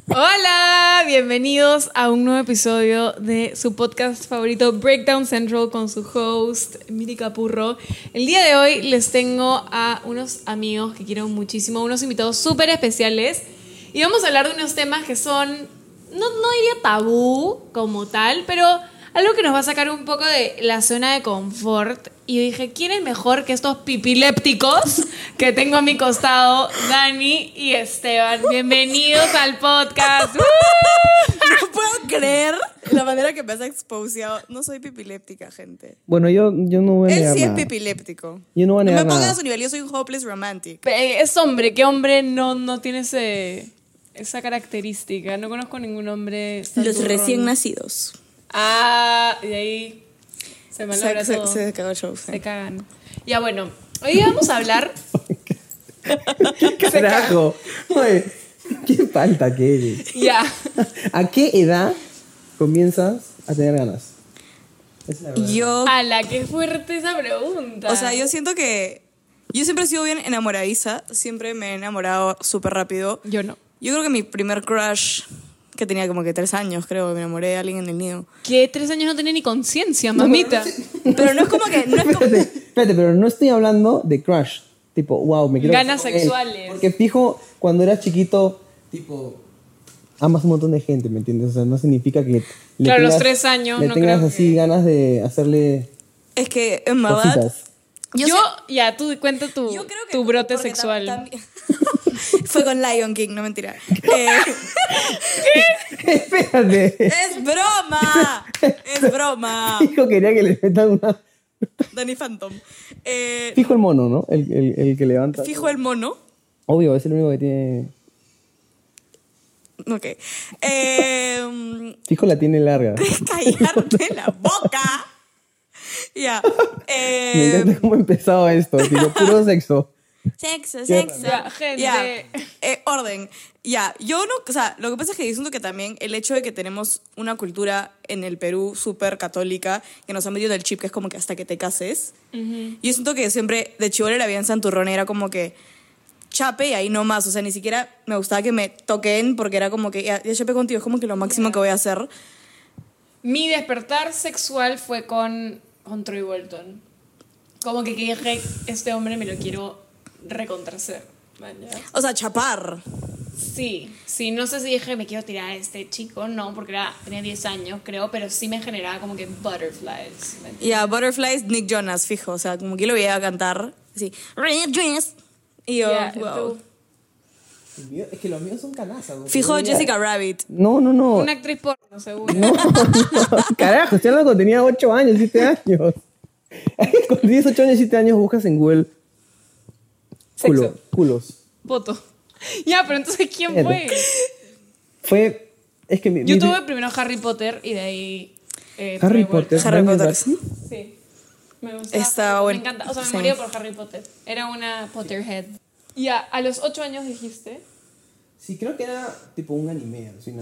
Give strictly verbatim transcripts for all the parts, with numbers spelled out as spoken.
Hola, bienvenidos a un nuevo episodio de su podcast favorito Breakdown Central con su host Miri Capurro. El día de hoy les tengo a unos amigos que quiero muchísimo, unos invitados súper especiales y vamos a hablar de unos temas que son, no, no diría tabú como tal, pero algo que nos va a sacar un poco de la zona de confort. Y yo dije, ¿quién es mejor que estos pipilépticos que tengo a mi costado, Dani y Esteban? Bienvenidos al podcast. No puedo creer la manera que me has exposeado. No soy pipiléptica, gente. Bueno, yo, yo no voy a Él negar sí es nada. pipiléptico. Yo no voy a No negar me pongas nada. a su nivel, yo soy un hopeless romantic. Pe- Es hombre, ¿qué hombre no, no tiene ese, esa característica? No conozco ningún hombre Los santurrón. recién nacidos. Ah, y ahí se malogra Se, todo. se, se cagó el show. sí. Se cagan. Ya bueno, hoy día vamos a hablar... ¿Qué carajo? Oye, qué falta que eres. Ya. ¿A qué edad comienzas a tener ganas? Esa es la verdad. Yo, Ala, qué fuerte esa pregunta. o sea, yo siento que yo siempre he sido bien enamoradiza. Siempre me he enamorado súper rápido. Yo no. Yo creo que mi primer crush, que tenía como que tres años, creo, me enamoré de alguien en el nido. Que tres años no tenía ni conciencia, mamita. Pero no es como que, no es como... Espérate, espérate, pero no estoy hablando de crush. Tipo, wow, me quiero Ganas casar con él. sexuales. Porque fijo, cuando eras chiquito, tipo, amas un montón de gente, ¿me entiendes? O sea, no significa que... le Claro, los tengas- tres años, Le no tengas creo así que- ganas de hacerle Es que, en verdad... cositas. Yo, sé- ya, tú cuenta tu, Yo creo que tu brote porque sexual. tam- también- Fue con Lion King, no mentira. Eh, Espérate. es broma. Es broma. Fijo quería que le metan una... Danny Phantom. Eh, Fijo el mono, ¿no? El, el, el que levanta. fijo el mono. Obvio, es el único que tiene... Ok. Eh, Fijo la tiene larga. callarte la boca. Ya. Me Eh, encanta cómo ha empezado esto, tipo, puro sexo. Sexo, Qué sexo. Ya, gente. Ya. Eh, orden. Ya, yo no, o sea, lo que pasa es que yo siento que también el hecho de que tenemos una cultura en el Perú súper católica, que nos ha metido el chip, que es como que hasta que te cases. Yo siento que siempre, de chibola era bien santurrón, era como que chape y ahí no más, o sea, ni siquiera me gustaba que me toquen porque era como que ya, ya chape contigo, es como que lo máximo que voy a hacer. Mi despertar sexual fue con, con Troy Bolton. Como que dije, este hombre me lo quiero recontracer. ¿Mañas? O sea, chapar. Sí, sí, no sé si dije me quiero tirar a este chico, no, porque era, tenía diez años, creo, pero sí me generaba como que butterflies. ¿me entiendes? Ya, Butterflies, Nick Jonas, fijo, o sea, como que lo veía a cantar, así, Red Dress. Y yo, Ya, wow. Es que los míos son canazas. Fijo Jessica Rabbit. No, no, no. Una actriz porno, seguro. No, no. Carajo, estoy hablando cuando tenía ocho años, siete años. Cuando tienes ocho años, siete años, buscas en Google culo, Sexo. culos. Poto. Ya, pero entonces, ¿quién Fíjate. fue? Fue... Es que mi, Yo mi- tuve primero Harry Potter y de ahí... eh, Harry Troy Bolton. Potter. Harry Daniel Potter. Radcliffe. Sí. Me gustaba. Está Me bueno. encanta. O sea, me Sí. moría por Harry Potter. Era una Potterhead. Ya, a los ocho años dijiste. Sí, creo que era tipo un anime, alucina.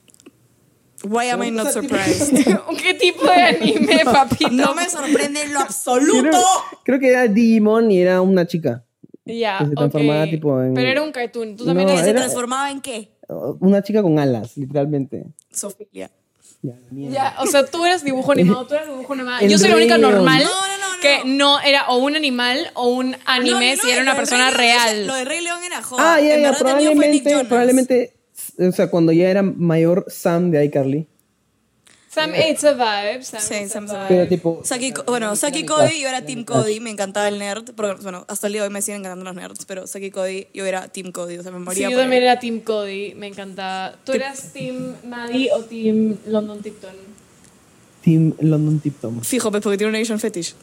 Why am I O not sea, tipo- surprised? ¿Qué tipo de anime, papito? No me sorprende en lo absoluto. Creo, creo que era Digimon y era una chica. Ya, que se transformaba ok. tipo en- Pero era un cartoon. Tú también No, ¿Que eres... se era- transformaba en qué? Una chica con alas, literalmente. Sofía. Ya, mierda. Ya, o sea, tú eras dibujo animado, tú eras dibujo animado. El Yo soy la única Rey León. normal No, no, no, no. que no era o un animal o un anime No, no, si era lo una de persona Rey León, real. Lo de Rey León era joda. Ah, ya, En ya, verdad, el mío fue Nick probablemente, Jonas. probablemente, o sea, cuando ya era mayor Sam de iCarly. Sam It's a Vibe. Sam Sí, It's a Sam It's a Vibe. Pero tipo... Saki, bueno, Saki Cody, yo era Team Cody, me encantaba el nerd. Porque, bueno, hasta el día de hoy me siguen encantando los nerds, pero Saki Cody, yo era Team Cody, o sea, me Sí, moría yo por también él. era Team Cody, me encantaba. ¿Tú eras Team Maddie o Team London Tipton? Team London Tipton. Fijo, pues porque tiene un Asian fetish.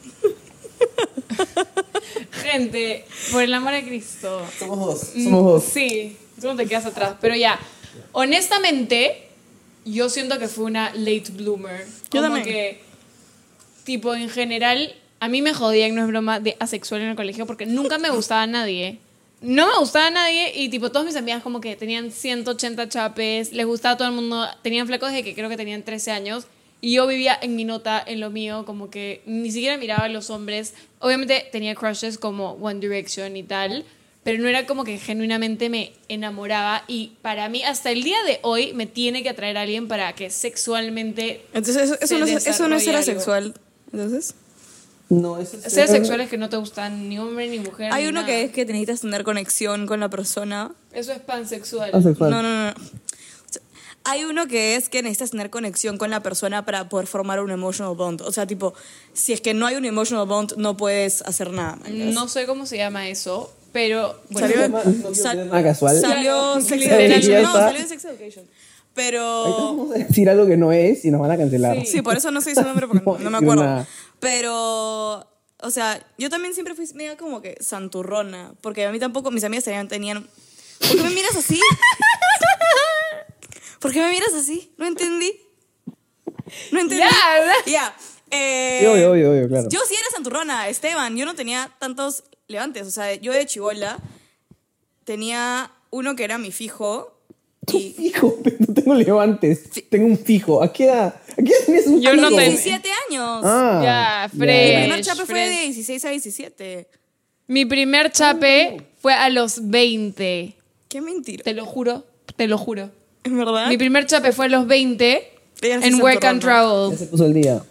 Gente, por el amor de Cristo. Somos dos. Mm, Somos dos. Sí, tú no te quedas atrás. Pero ya, honestamente, yo siento que fue una late bloomer. Yo Como también. que, tipo, en general, a mí me jodían, no es broma, de asexual en el colegio porque nunca me gustaba a nadie. No me gustaba a nadie y, tipo, todas mis amigas como que tenían ciento ochenta chapes, les gustaba a todo el mundo, tenían flecos desde que creo que tenían trece años. Y yo vivía en mi nota, en lo mío, como que ni siquiera miraba a los hombres. Obviamente tenía crushes como One Direction y tal, pero no era como que genuinamente me enamoraba. Y para mí, hasta el día de hoy, me tiene que atraer a alguien para que sexualmente. Entonces, eso, eso, se no, es, eso no es ser desarrolle algo. asexual. Entonces, No, eso es Ser sexual es que no te gustan ni hombre ni mujer. hay ni uno nada. que es que necesitas tener conexión con la persona. Eso es pansexual. asexual. No, no, no. no. O sea, hay uno que es que necesitas tener conexión con la persona para poder formar un emotional bond. O sea, tipo, si es que no hay un emotional bond, no puedes hacer nada. ¿me entiendes? No sé cómo se llama eso, pero bueno, Salió, No quiero sal- tener nada casual. salió en Sex Literal. Education. No, Ya está. salió en Sex Education. Ahorita Pero... vamos a decir algo que no es y nos van a cancelar. Sí. Sí, por eso no sé su nombre porque no, no me No, acuerdo. nada. Pero, o sea, yo también siempre fui media como que santurrona. Porque a mí tampoco, mis amigas tenían... tenían ¿por qué me miras así? ¿Por qué me miras así? No entendí. No entendí. Ya, Ya. eh, Sí, obvio, obvio, obvio, claro. Yo sí era santurrona, Esteban. Yo no tenía tantos levantes. O sea, yo de chibola tenía uno que era mi fijo. Y Fijo, pero no tengo levantes. Tengo un fijo. ¿A qué edad? ¿A qué edad tienes un Yo no fijo? tengo- diecisiete años. Ah, Ya, Mi fresh. primer chape fue fresh. de dieciséis a diecisiete. Mi primer chape fue a los veinte. Qué mentira. Te lo juro, te lo juro. ¿Es verdad? Mi primer chape fue a los veinte Ella sí en se Work and entorrona. Ya Travel. se puso el día.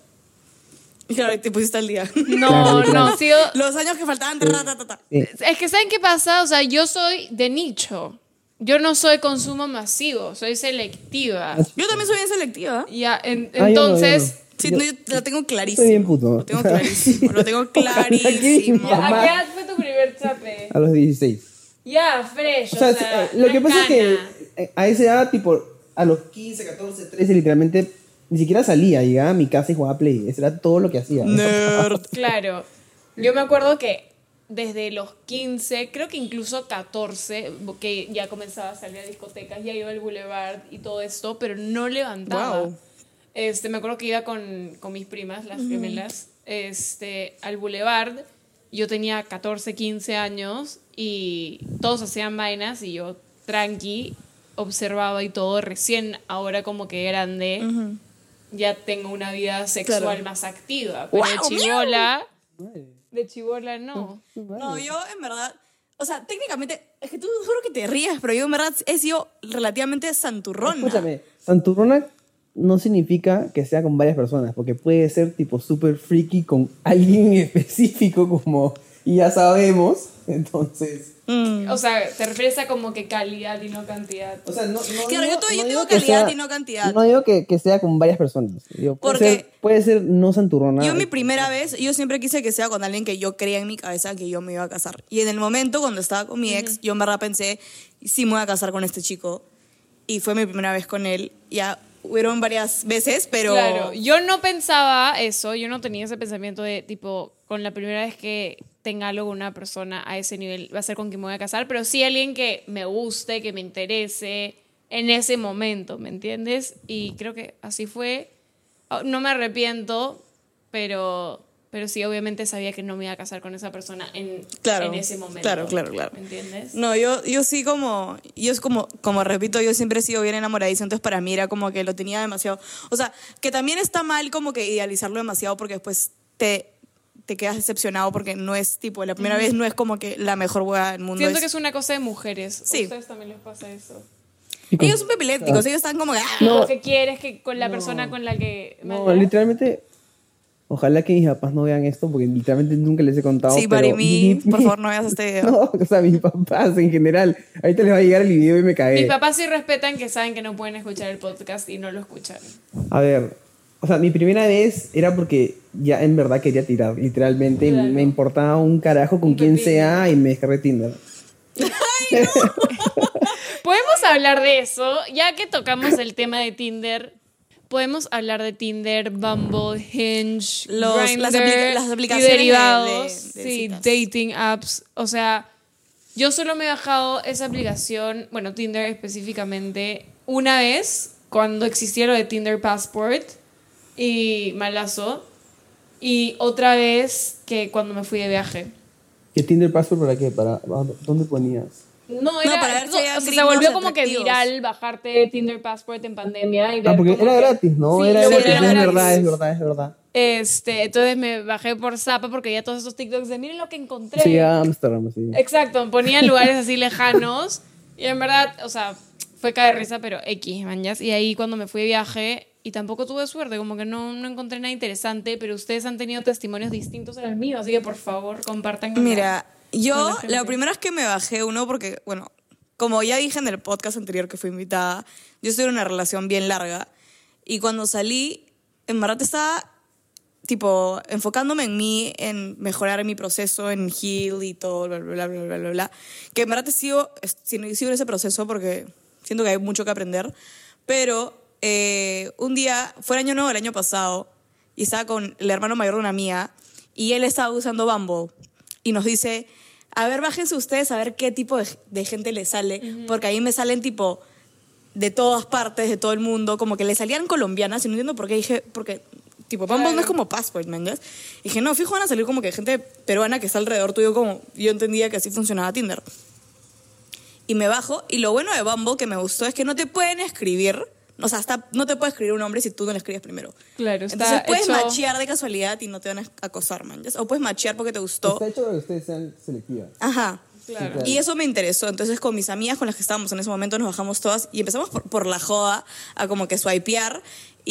Y claro, te pusiste al día. No, Claro, literal. no, sigo... Los años que faltaban. ta, ta, ta, ta. Sí. Es que ¿saben qué pasa? O sea, yo soy de nicho. Yo no soy consumo masivo, soy selectiva. Yo también soy bien selectiva. Ya, en- Ah, yo no, entonces... yo no. Sí, Yo- no, yo lo tengo clarísimo. Soy bien puto. Lo tengo clarísimo. Lo tengo Ojalá que mi clarísimo. mamá- ¿A qué edad fue tu primer chape? A los dieciséis. Ya, fresh, O sea, o sea, eh, lo que pasa es que bacana. eh, a esa edad, tipo, a los quince, catorce, trece, literalmente, ni siquiera salía. Llegaba a mi casa y jugaba Play. Eso era todo lo que hacía. Nerd. Claro. Yo me acuerdo que desde los quince, creo que incluso catorce, que ya comenzaba a salir a discotecas, ya iba al Boulevard y todo esto, pero no levantaba. Wow. Este, me acuerdo que iba con, con mis primas, las gemelas, este, al Boulevard. Yo tenía catorce, quince años y todos hacían vainas y yo tranqui, observaba y todo. Recién ahora como que grande, ya tengo una vida sexual Claro. más activa. Pero Wow, de chibola, de chibola no. No, yo en verdad, o sea, técnicamente, es que tú juro que te rías, pero yo en verdad he sido relativamente santurrona. Escúchame, santurrona no significa que sea con varias personas, porque puede ser tipo súper freaky con alguien en específico, como y ya sabemos. Entonces, Mm. O sea, te refieres a como que calidad y no cantidad. o sea, no, no Claro, digo- yo to- yo no tengo digo que calidad sea- y no cantidad. No digo que, que sea con varias personas. Digo, puede, Porque- ser, puede ser no santurrona. Yo mi primera vez, yo siempre quise que sea con alguien que yo creía en mi cabeza que yo me iba a casar. Y en el momento cuando estaba con mi ex, yo en verdad pensé, sí me voy a casar con este chico. Y fue mi primera vez con él. Ya hubieron varias veces, pero... Claro, yo no pensaba eso, yo no tenía ese pensamiento de tipo, con la primera vez que tenga algo con una persona a ese nivel, va a ser con quien me voy a casar, pero sí alguien que me guste, que me interese en ese momento, ¿me entiendes? Y creo que así fue. Oh, no me arrepiento, pero, pero sí, obviamente sabía que no me iba a casar con esa persona en, Claro, en ese momento. claro, claro, claro. ¿Me entiendes? No, yo, yo sí como, yo es como, como repito, yo siempre he sido bien enamoradiza, entonces para mí era como que lo tenía demasiado, o sea, que también está mal como que idealizarlo demasiado porque después te, te quedas decepcionado porque no es tipo, la primera vez no es como que la mejor hueá del mundo. Siento es- que es una cosa de mujeres. Sí. ¿A ustedes también les pasa eso? Ellos son epilépticos, ellos están como que... ¡ah! Lo que quieres que con la persona con la que... No, ¿verdad? literalmente. Ojalá que mis papás no vean esto, porque literalmente nunca les he contado. Sí, pero Marimí, mi- por favor, no veas este video. No, o sea, mis papás en general. Ahorita les va a llegar el video y me cagué. Mis papás sí respetan que saben que no pueden escuchar el podcast y no lo escuchan. A ver, o sea, mi primera vez era porque ya en verdad quería tirar, literalmente. Claro. Me importaba un carajo con Un quien pepino. sea y me descargué Tinder. Podemos hablar de eso, ya que tocamos el tema de Tinder. Podemos hablar de Tinder, Bumble, Hinge, Los- Grindr las apli- las aplicaciones y de- derivados, de- de sí, citas. dating apps. O sea, yo solo me he bajado esa aplicación, bueno, Tinder específicamente, una vez cuando existía lo de Tinder Passport y malazo, y otra vez que cuando me fui de viaje. ¿Qué Tinder Passport para qué? ¿Para, ¿Dónde ponías? No, era, para ver si no, había o sea, se gringos volvió como que atractivos. viral bajarte Tinder Passport en pandemia. Y Ah, ver porque cómo era que- gratis, ¿no? Sí, era luego gratis, era es gratis. verdad, es verdad, es verdad. Este, entonces me bajé por Zapa porque ya todos esos TikToks de miren lo que encontré. Sí, a Amsterdam, sí. Exacto, ponían lugares así lejanos. Y en verdad, o sea, fue caer risa, pero X, manjas. Y ahí cuando me fui de viaje, y tampoco tuve suerte, como que no, no encontré nada interesante, pero ustedes han tenido testimonios distintos al mío, así que por favor, compartan con Mira, la, yo con la gente. la primera es que me bajé uno porque, bueno, como ya dije en el podcast anterior que fui invitada, yo estoy en una relación bien larga. Y cuando salí, en verdad estaba, tipo, enfocándome en mí, en mejorar mi proceso, en heal y todo, bla, bla, bla, bla, bla, bla. Que en verdad sigo, sigo en ese proceso porque siento que hay mucho que aprender. Pero eh, un día, fue el año nuevo del año pasado, y estaba con el hermano mayor de una amiga, y él estaba usando Bumble. Y nos dice, a ver, bájense ustedes a ver qué tipo de, de gente les sale, uh-huh. Porque ahí me salen tipo de todas partes, de todo el mundo, como que le salían colombianas, y no entiendo por qué. Dije, porque tipo, Bumble claro. No es como Passport, ¿me entiendes? Y dije, no, fijo, van a salir como que gente peruana que está alrededor tuyo, como yo entendía que así funcionaba Tinder. Y me bajo, y lo bueno de Bumble que me gustó es que no te pueden escribir, o sea, hasta no te puede escribir un hombre si tú no le escribes primero. Claro, está Entonces puedes hecho... machear de casualidad y no te van a acosar, man. O puedes machear porque te gustó. Está hecho para que ustedes sean selectivas. Ajá. Claro. Y eso me interesó. Entonces con mis amigas con las que estábamos en ese momento nos bajamos todas y empezamos por, por la joda a como que swipear.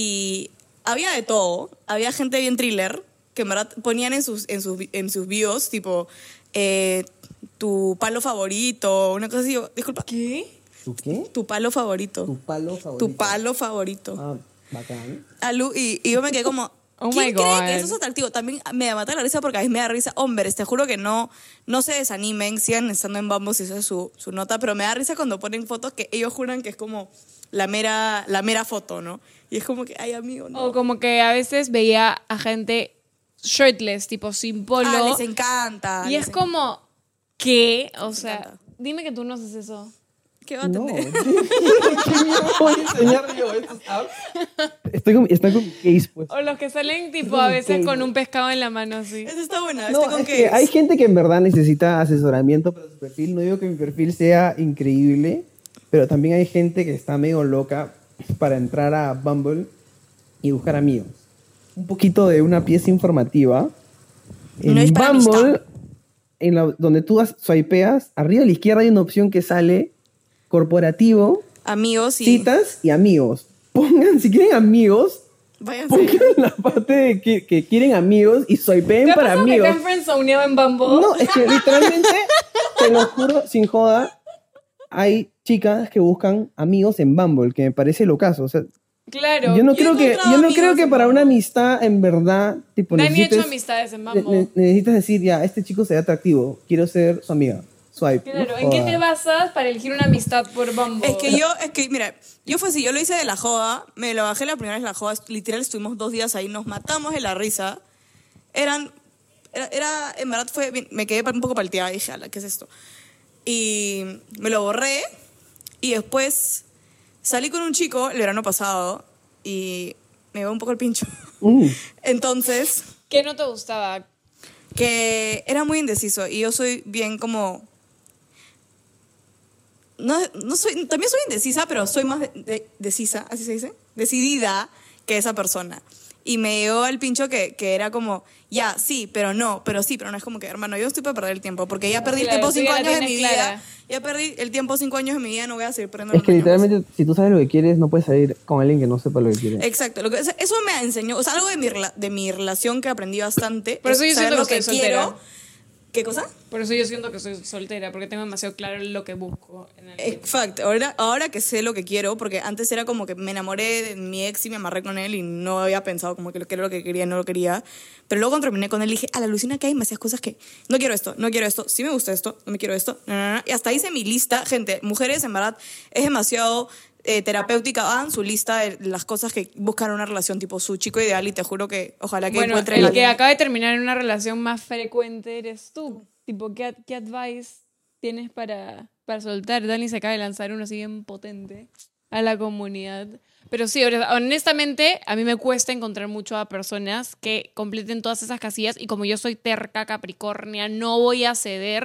Y había de todo. Había gente bien thriller que en verdad ponían en sus, en sus, en sus bios tipo eh, tu palo favorito, una cosa así. Yo, disculpa. ¿Qué? ¿Tu qué? Tu palo favorito. Tu palo favorito. Tu palo favorito. Ah, bacán. Alu, y, y yo me quedé como, oh ¿quién my cree God. que eso es atractivo? También me mata la risa porque a mí me da risa. Hombres, te juro que no, no se desanimen, sigan estando en Bumble si esa es su, su nota, pero me da risa cuando ponen fotos que ellos juran que es como la mera, la mera foto, ¿no? Y es como que, ay, amigo, no. O como que a veces veía a gente shirtless, tipo sin polo. Ah, les encanta. Y les es encanta. como, ¿qué? O Les sea, encanta. dime que tú no haces eso. ¿Qué va a No, tener? ¿qué mierda voy a enseñar yo estos apps? Estoy con, estoy con mi case, pues. O los que salen tipo a veces con un pescado en la mano así. Esa está buena. No, este con es qué que es? hay gente que en verdad necesita asesoramiento para su perfil. No digo que mi perfil sea increíble, pero también hay gente que está medio loca para entrar a Bumble y buscar amigos. Un poquito de una pieza informativa. En No es para Bumble, amistad. en la, donde tú swipeas, arriba a la izquierda hay una opción que sale corporativo, Amigos y... citas y amigos. Pongan, si quieren amigos, Váyanse. pongan la parte de que, que quieren amigos y swipeen ¿Te ha para pasado que amigos. te han friendzoneado en Bumble? No, es que literalmente, te lo juro, sin joda, hay chicas que buscan amigos en Bumble, que me parece locazo. O sea, Claro. yo no Yo he creo que, encontrado yo no amigos creo que en para una Bumble. amistad, en verdad, tipo, Dani ha hecho necesites, amistades en ne- Bumble. ne- necesitas decir, ya, este chico se ve atractivo, quiero ser su amiga. Swipe. Claro, no ¿en qué joda. te basas para elegir una amistad por Bumble? Es que yo, es que, mira, yo fue así, yo lo hice de la joda, me lo bajé la primera vez de la joda, literal estuvimos dos días ahí, nos matamos de la risa. Eran, era, era en verdad fue, bien, me quedé un poco palteada, dije, ala, ¿qué es esto? Y me lo borré y después salí con un chico el verano pasado y me dio un poco el pincho. Mm. Entonces, ¿Qué no te gustaba? que era muy indeciso y yo soy bien como... No, no soy, también soy indecisa, pero soy más de, de- decisa, así se dice, decidida que esa persona. Y me dio el pincho que, que era como, ya, sí, pero no, pero sí, pero no. Es como que, hermano, yo no estoy para perder el tiempo, porque ya perdí el Claro, tiempo tú cinco ya la años de mi tienes clara. vida. Ya perdí el tiempo cinco años de mi vida, no voy a seguir perdiendo Es que un año más. literalmente, si tú sabes lo que quieres, no puedes salir con alguien que no sepa lo que quiere. Exacto, lo que, eso me enseñó, o sea, algo de mi, rela- de mi relación que aprendí bastante. Por eso es yo saber siento lo que que soy quiero. soltera. ¿Qué cosa? Por eso yo siento que soy soltera, porque tengo demasiado claro lo que busco en el Exacto, ahora, ahora que sé lo que quiero, porque antes era como que me enamoré de mi ex y me amarré con él y no había pensado como que lo que era lo que quería, no lo quería. Pero luego cuando terminé con él dije, a la Lucina que hay demasiadas cosas que no quiero esto, no quiero esto, sí me gusta esto, no me quiero esto, no, no, no. Y hasta hice mi lista, gente, mujeres en verdad es demasiado eh, terapéutica, hagan su lista de las cosas que buscan en una relación, tipo su chico ideal y te juro que ojalá que Bueno, encuentren el a que alguien. acaba de terminar en una relación más frecuente eres tú. Tipo, ¿qué, qué advice tienes para, para soltar? Dani se acaba de lanzar uno así bien potente a la comunidad. Pero sí, honestamente, a mí me cuesta encontrar mucho a personas que completen todas esas casillas y como yo soy terca, capricornia, no voy a ceder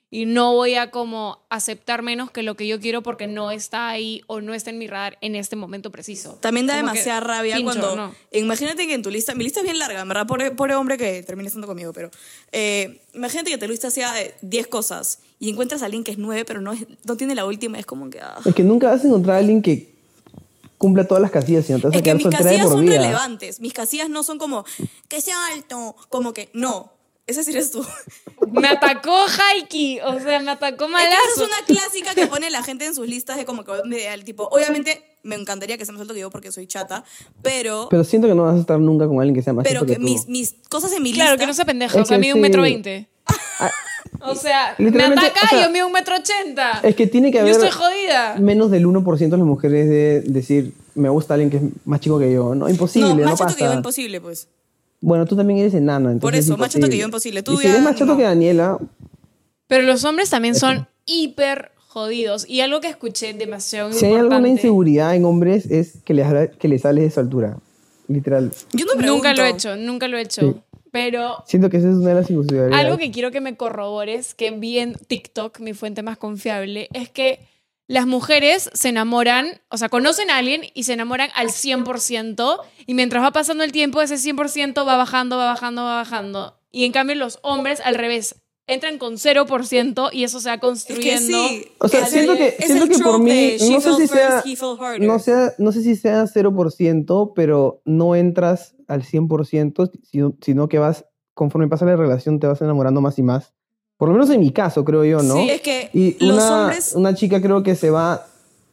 y no voy a como aceptar menos que lo que yo quiero porque no está ahí o no está en mi radar en este momento preciso. También da Como demasiada que rabia pincho, cuando... ¿no? Imagínate que en tu lista... Mi lista es bien larga, en verdad, pobre, pobre hombre que termine estando conmigo, pero... Eh, imagínate que tu lista sea diez cosas y encuentras a alguien que es nueve, pero no, es, no tiene la última. Es como que... Ah. Es que nunca vas a encontrar a alguien que cumpla todas las casillas, sino te vas a Es que quedar mis soltera de casillas por son vida. relevantes. Mis casillas no son como... Que sea alto. Como que... No. Ese sí eres tú. Me atacó Haiki, o sea, me atacó Es que malazo. esa es una clásica que pone la gente en sus listas de como que un ideal. Tipo, obviamente me encantaría que sea más alto que yo porque soy chata, pero... Pero siento que no vas a estar nunca con alguien que sea más Pero alto que que tú. mis, mis cosas en mi Claro, lista... que no sea pendeja, Es o sea, que mide un sí. metro veinte. Ah, O sea, me Literalmente, ataca o sea, y yo mido un metro ochenta. es que tiene que Yo haber estoy jodida. menos del uno por ciento de las mujeres de decir, me gusta alguien que es más chico que yo. No, imposible, No, no, más pasa. chato que yo, imposible, pues. Bueno, tú también eres enana, entonces Por eso, es más chato que yo, imposible. imposible. Tú Y si eres ya más chato no. que Daniela, Pero los hombres también son hiper jodidos. Y algo que escuché demasiado si hay importante. alguna inseguridad en hombres es que les, que les sale de su altura. Literal. Yo no pregunto. Nunca lo he hecho, nunca lo he hecho. Sí. Pero Siento que esa es una de las inseguridades. algo que quiero que me corrobores, que vi en TikTok, mi fuente más confiable, es que las mujeres se enamoran, o sea, conocen a alguien y se enamoran al cien por ciento y mientras va pasando el tiempo ese cien por ciento va bajando, va bajando, va bajando. Y en cambio los hombres al revés, entran con cero por ciento y eso se va construyendo. Es que sí. O sea, Es siento el- que, es siento el que por trope mí, de she no sé fell si sea, first, he fell harder. no sea, no sé si sea cero por ciento, pero no entras al cien por ciento, sino, sino que vas, conforme pasa la relación, te vas enamorando más y más. Por lo menos en mi caso, creo yo, ¿no? Sí, es que y los una, hombres... una chica creo que se va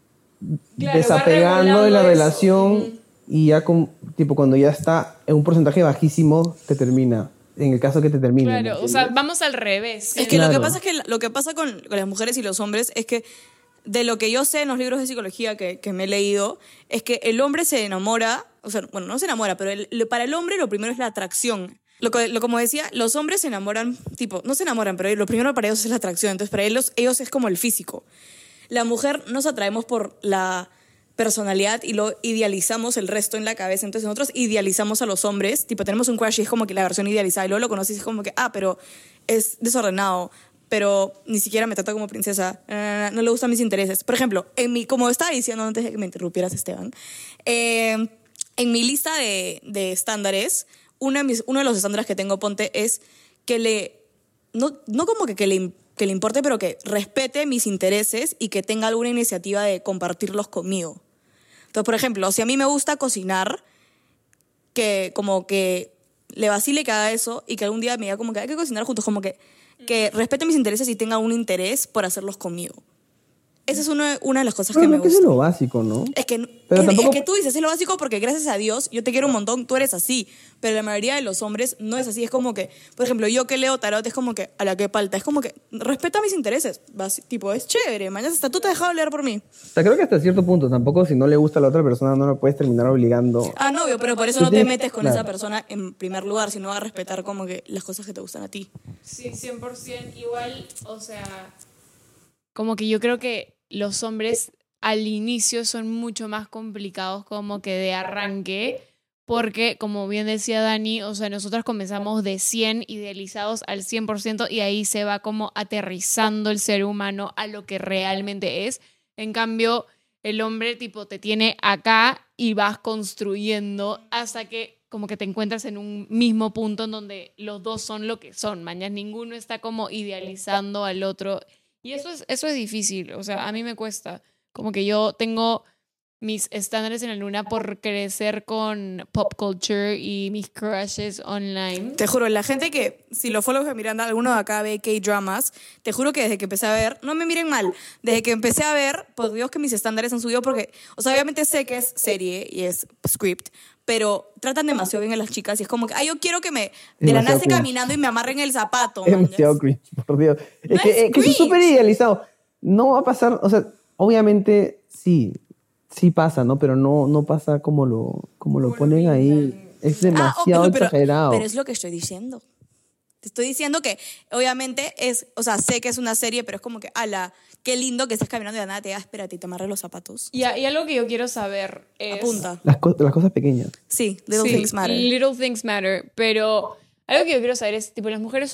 Claro, desapegando va de la regulando relación eso. y ya, con, tipo, cuando ya está en un porcentaje bajísimo, te termina. En el caso que te termine. ¿me Claro, o sea, entiendes? vamos al revés. Es que lo Claro. que pasa es que lo que pasa con, con las mujeres y los hombres es que de lo que yo sé en los libros de psicología que, que me he leído es que el hombre se enamora, o sea, bueno, no se enamora, pero el- lo- para el hombre lo primero es la atracción. Lo, que- lo como decía, los hombres se enamoran, tipo, no se enamoran, pero lo primero para ellos es la atracción. Entonces, para ellos, ellos es como el físico. La mujer nos atraemos por la personalidad y lo idealizamos el resto en la cabeza. Entonces nosotros idealizamos a los hombres, tipo tenemos un crush y es como que la versión idealizada y luego lo conoces y es como que, ah, pero es desordenado, pero ni siquiera me trata como princesa, eh, no le gustan mis intereses. Por ejemplo, en mi, como estaba diciendo antes de que me interrumpieras, Esteban, eh, en mi lista de, de estándares, uno de, mis, uno de los estándares que tengo, ponte, es que le, no, no como que, que le que le importe, pero que respete mis intereses y que tenga alguna iniciativa de compartirlos conmigo. Entonces, por ejemplo, si a mí me gusta cocinar, que como que le vacile que haga eso y que algún día me diga como que hay que cocinar juntos, como que, que respete mis intereses y tenga un interés por hacerlos conmigo. Esa es una, una de las cosas Bueno, que me creo que eso es gusta. lo básico, ¿no? Es que, Pero es, tampoco- es que tú dices, es lo básico porque gracias a Dios, yo te quiero un montón, tú eres así. Pero la mayoría de los hombres no es así. Es como que, por ejemplo, yo que leo tarot, es como que, a la que falta, es como que, respeta mis intereses. Vas- tipo, es chévere, mañana hasta tú te has dejado leer por mí. O sea, creo que hasta cierto punto, tampoco si no le gusta a la otra persona, no la puedes terminar obligando. Ah, no, obvio, pero por eso Tú no te tienes- metes con claro. esa persona en primer lugar, sino a respetar como que las cosas que te gustan a ti. Sí, cien por ciento. Igual, o sea, como que yo creo que los hombres al inicio son mucho más complicados como que de arranque, porque como bien decía Dani, o sea, nosotros comenzamos de cien idealizados al cien por ciento y ahí se va como aterrizando el ser humano a lo que realmente es. En cambio, el hombre tipo te tiene acá y vas construyendo hasta que como que te encuentras en un mismo punto en donde los dos son lo que son, mañana ninguno está como idealizando al otro. Y eso es, eso es difícil, o sea, a mí me cuesta. Como que yo tengo mis estándares en la luna por crecer con pop culture y mis crushes online. Te juro, la gente que, si los follows de Miranda, alguno de acá ve K-dramas, te juro que desde que empecé a ver, no me miren mal, desde que empecé a ver, por Dios que mis estándares han subido porque, o sea, obviamente sé que es serie y es script, pero tratan demasiado bien a las chicas y es como que, ay, yo quiero que me, de la Demasiado nace cringe. caminando y me amarren el zapato. Es man, demasiado ¿ya? cringe, por Dios. Es No que es es que eso es cringe. súper idealizado. No va a pasar, o sea, obviamente sí, sí pasa, ¿no? Pero no, no pasa como lo, como lo ponen ahí. Es Ah, demasiado ok, pero, exagerado. pero es lo que estoy diciendo. Te estoy diciendo que, obviamente, es, o sea, sé que es una serie, pero es como que, ala, qué lindo que estés caminando y de la nada te da, espérate, y te amarras los zapatos. Y, a- y algo que yo quiero saber es... Apunta. Las, co- las cosas pequeñas. Sí, little Sí, things matter. Little things matter. Pero algo que yo quiero saber es, tipo, las mujeres son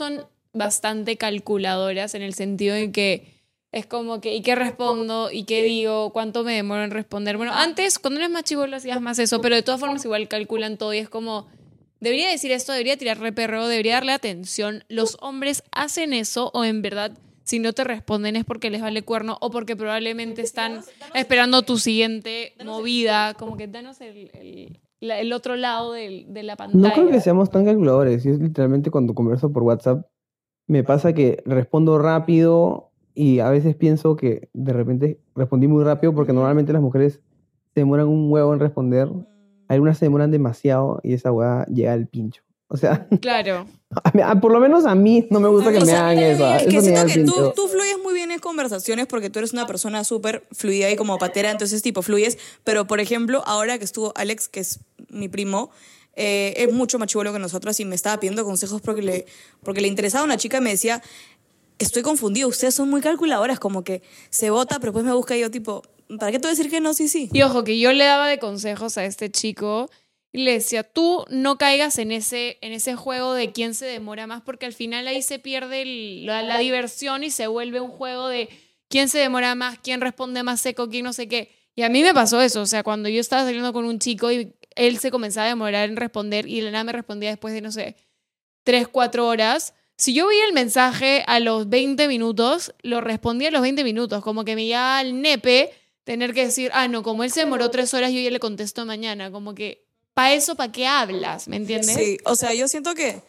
bastante calculadoras en el sentido de que es como que, ¿y qué respondo? ¿Y qué digo? ¿Cuánto me demoro en responder? Bueno, antes, cuando eres más chibolo, hacías más eso, pero de todas formas igual calculan todo y es como, debería decir esto, debería tirar re perreo, debería darle atención. Los hombres hacen eso o en verdad, si no te responden es porque les vale cuerno o porque probablemente están esperando tu siguiente movida. Como que danos el, el, la- el otro lado del- de la pantalla. No creo que seamos tan calculadores. Es literalmente cuando converso por WhatsApp, me pasa que respondo rápido y a veces pienso que de repente respondí muy rápido porque normalmente las mujeres se demoran un huevo en responder. Algunas se demoran demasiado y esa hueá llega al pincho. O sea, Claro. a mí- a- por lo menos a mí no me gusta que O me sea, hagan eso. es Eso que me siento da al que tú, pincho. tú fluyes muy bien en conversaciones porque tú eres una persona súper fluida y como patera, entonces tipo fluyes. Pero por ejemplo, ahora que estuvo Alex, que es mi primo, eh, es mucho más chibolo que nosotros y me estaba pidiendo consejos porque le, porque le interesaba a una chica y me decía, estoy confundido, ustedes son muy calculadoras, como que se vota, pero después me busca y yo tipo, ¿para qué te voy a decir que no? Sí, sí. Y ojo, que yo le daba de consejos a este chico y le decía, tú no caigas en ese, en ese juego de quién se demora más, porque al final ahí se pierde el- la, la diversión y se vuelve un juego de quién se demora más, quién responde más seco, quién no sé qué. Y a mí me pasó eso, o sea, cuando yo estaba saliendo con un chico y él se comenzaba a demorar en responder y de la nada me respondía después de, no sé, tres, cuatro horas. Si yo veía el mensaje a los veinte minutos, lo respondía a los veinte minutos, como que me iba al nepe tener que decir, ah, no, como él se demoró tres horas, yo ya le contesto mañana, como que, ¿para eso, para qué hablas? ¿Me entiendes? Sí, o sea, yo siento que...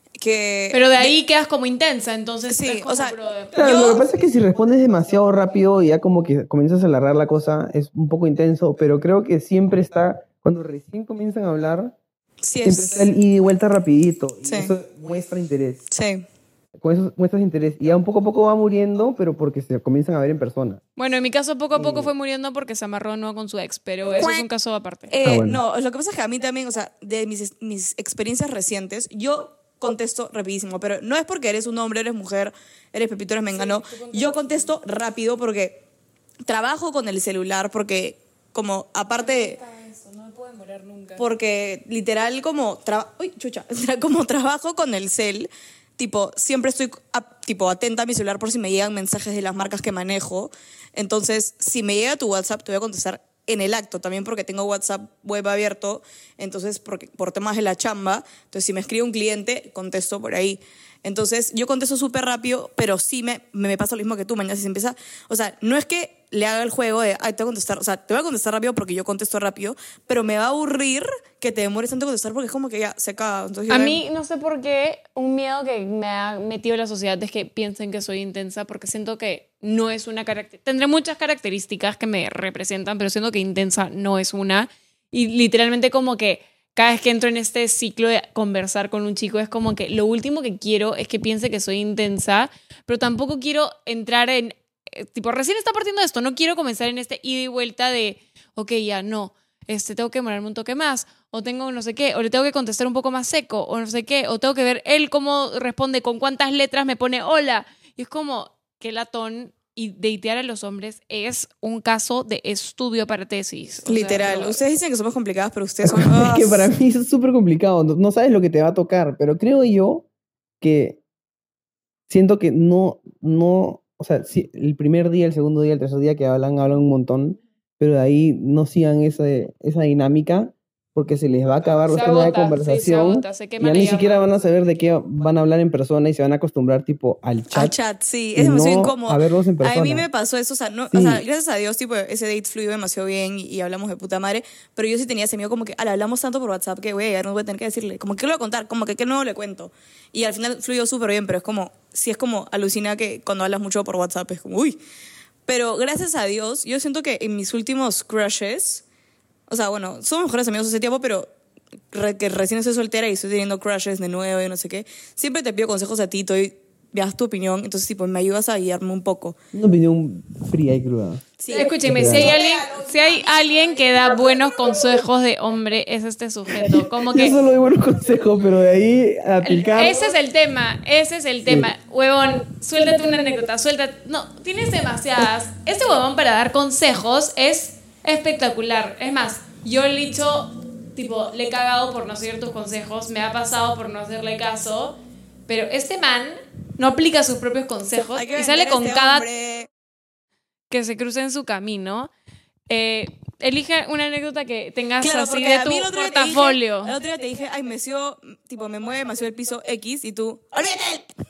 que Pero de ahí quedas como intensa, entonces Sí, es como, o sea, brother. Claro, Yo- lo que pasa es que si respondes demasiado rápido y ya como que comienzas a alargar la cosa, es un poco intenso, pero creo que siempre está, cuando recién comienzan a hablar, sí siempre es... está el ida y vuelta rapidito. Y Sí. eso muestra interés. Sí. Con eso muestras interés. Y ya un poco a poco va muriendo, pero porque se comienzan a ver en persona. Bueno, en mi caso poco a poco fue muriendo porque se amarró de nuevo con su ex, pero eso es un caso aparte. Eh, Ah, bueno. No, lo que pasa es que a mí también, o sea, de mis, mis experiencias recientes, yo contesto rapidísimo, pero no es porque eres un hombre, eres mujer, eres Pepito, eres Mengano. Yo contesto rápido porque trabajo con el celular, porque como aparte... No me puedo demorar nunca. Porque literal como... Tra Uy, chucha. Como trabajo con el cel, tipo, siempre estoy a- tipo, atenta a mi celular por si me llegan mensajes de las marcas que manejo. Entonces, si me llega tu WhatsApp, te voy a contestar en el acto, también porque tengo WhatsApp web abierto, entonces porque, por temas de la chamba, entonces si me escribe un cliente, contesto por ahí. Entonces yo contesto súper rápido, pero sí me, me pasa lo mismo que tú, mañana si se empieza, o sea, no es que le haga el juego de, ay, te voy a contestar, o sea, te voy a contestar rápido porque yo contesto rápido, pero me va a aburrir que te demores tanto en contestar porque es como que ya se acaba. Entonces, A yo- mí, no sé por qué, un miedo que me ha metido en la sociedad es que piensen que soy intensa, porque siento que no es una característica. Tendré muchas características que me representan, pero siento que intensa no es una. Y literalmente como que cada vez que entro en este ciclo de conversar con un chico es como que lo último que quiero es que piense que soy intensa, pero tampoco quiero entrar en... eh, Tipo, recién está partiendo de esto, no quiero comenzar en este ida y vuelta de, ok, ya, no, este, tengo que demorarme un toque más, o tengo no sé qué, o le tengo que contestar un poco más seco, o no sé qué, o tengo que ver él cómo responde, con cuántas letras me pone hola. Y es como, qué latón, y datear a los hombres es un caso de estudio para tesis. O sea, Literal. no. Ustedes dicen que somos complicadas, pero ustedes son... Es que para mí eso es súper complicado. No, no sabes lo que te va a tocar, pero creo yo que siento que no, no, o sea, sí, el primer día, el segundo día, el tercer día que hablan, hablan un montón, pero de ahí no sigan esa, esa dinámica porque se les va a acabar Se los temas de agota, sí, se conversación. agota, se y quema ya la ni llama. siquiera van a saber de qué van a hablar en persona y se van a acostumbrar tipo al chat. Al chat, sí, y es demasiado no incómodo. a verlos en persona. A mí me pasó eso, o sea, no, Sí. o sea, gracias a Dios, tipo, ese date fluyó demasiado bien y, y hablamos de puta madre, pero yo sí tenía ese miedo como que, ala, hablamos tanto por WhatsApp que, güey, no voy a tener que decirle, como que le voy a contar, como que qué nuevo le cuento. Y al final fluyó súper bien, pero es como, sí es como alucina que cuando hablas mucho por WhatsApp es como, uy. Pero gracias a Dios, yo siento que en mis últimos crushes, o sea, bueno, somos mejores amigos hace tiempo, pero re- que recién estoy soltera y estoy teniendo crushes de nuevo y no sé qué, siempre te pido consejos a ti, y me das tu opinión, entonces tipo me ayudas a guiarme un poco. Una opinión fría y cruda. Sí. Escúcheme, si hay, alguien, si hay alguien que da buenos consejos de hombre, es este sujeto. Como Yo que solo doy buenos consejos, pero de ahí a aplicar... ese es el tema, ese es el tema. Huevón, suéltate una anécdota, suéltate. No, tienes demasiadas. Este huevón para dar consejos es espectacular. Es más, yo le he dicho, tipo, le he cagado por no seguir tus consejos, me ha pasado por no hacerle caso, pero este man no aplica sus propios consejos Hay que y sale vender con este cada hombre. que se cruce en su camino. Eh, elige una anécdota que tengas Claro, así porque de a tu mí el otro día te dije- portafolio. el otro día te dije, ay, me sigo, tipo, me mueve demasiado el piso X y tú, ¡olvídate!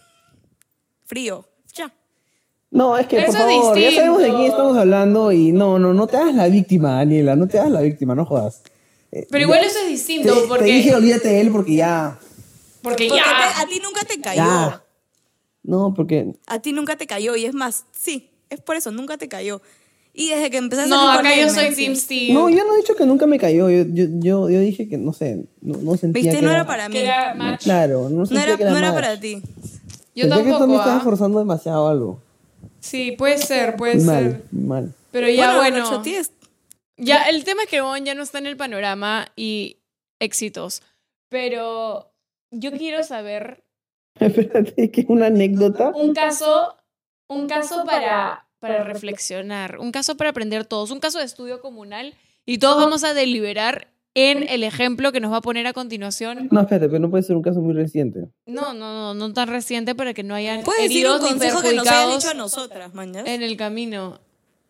Frío. Ya. No, es que Eso por es favor, ya distinto. sabemos de quién estamos hablando y no, no, no te hagas la víctima, Daniela, no te hagas la víctima, no jodas. Eh, Pero ya- igual eso es te, distinto te porque, dije olvídate de él porque ya, porque Porque ya. te- a ti nunca te cayó. ya. No, porque A ti nunca te cayó y es más, sí, es por eso, nunca te cayó. Y desde que empezaste No, a salir con acá él, yo soy me- Team Steve. no, yo no he dicho que nunca me cayó, yo, yo, yo, yo dije que no sé, no, no sentía Viste, que no era para mí. Que era match. Claro, no No sentía era, que era, no era match. para ti. Yo Sentía que tú tampoco, me estabas ¿ah? forzando demasiado algo. Sí, puede ser, puede Mal, ser. mal. Pero ya bueno, bueno. Rochotti es- Ya, el tema es que Bon ya no está en el panorama y éxitos. Pero yo quiero saber Espérate, que es una anécdota. un caso, un caso para, para reflexionar, un caso para aprender todos, un caso de estudio comunal y todos vamos a deliberar en el ejemplo que nos va a poner a continuación. No, espérate, pero no puede ser un caso muy reciente. No, no, no, no tan reciente para que no hayan Puedes decir un heridos ni consejo que nos hayan perjudicados dicho a nosotras, mañas. en el camino.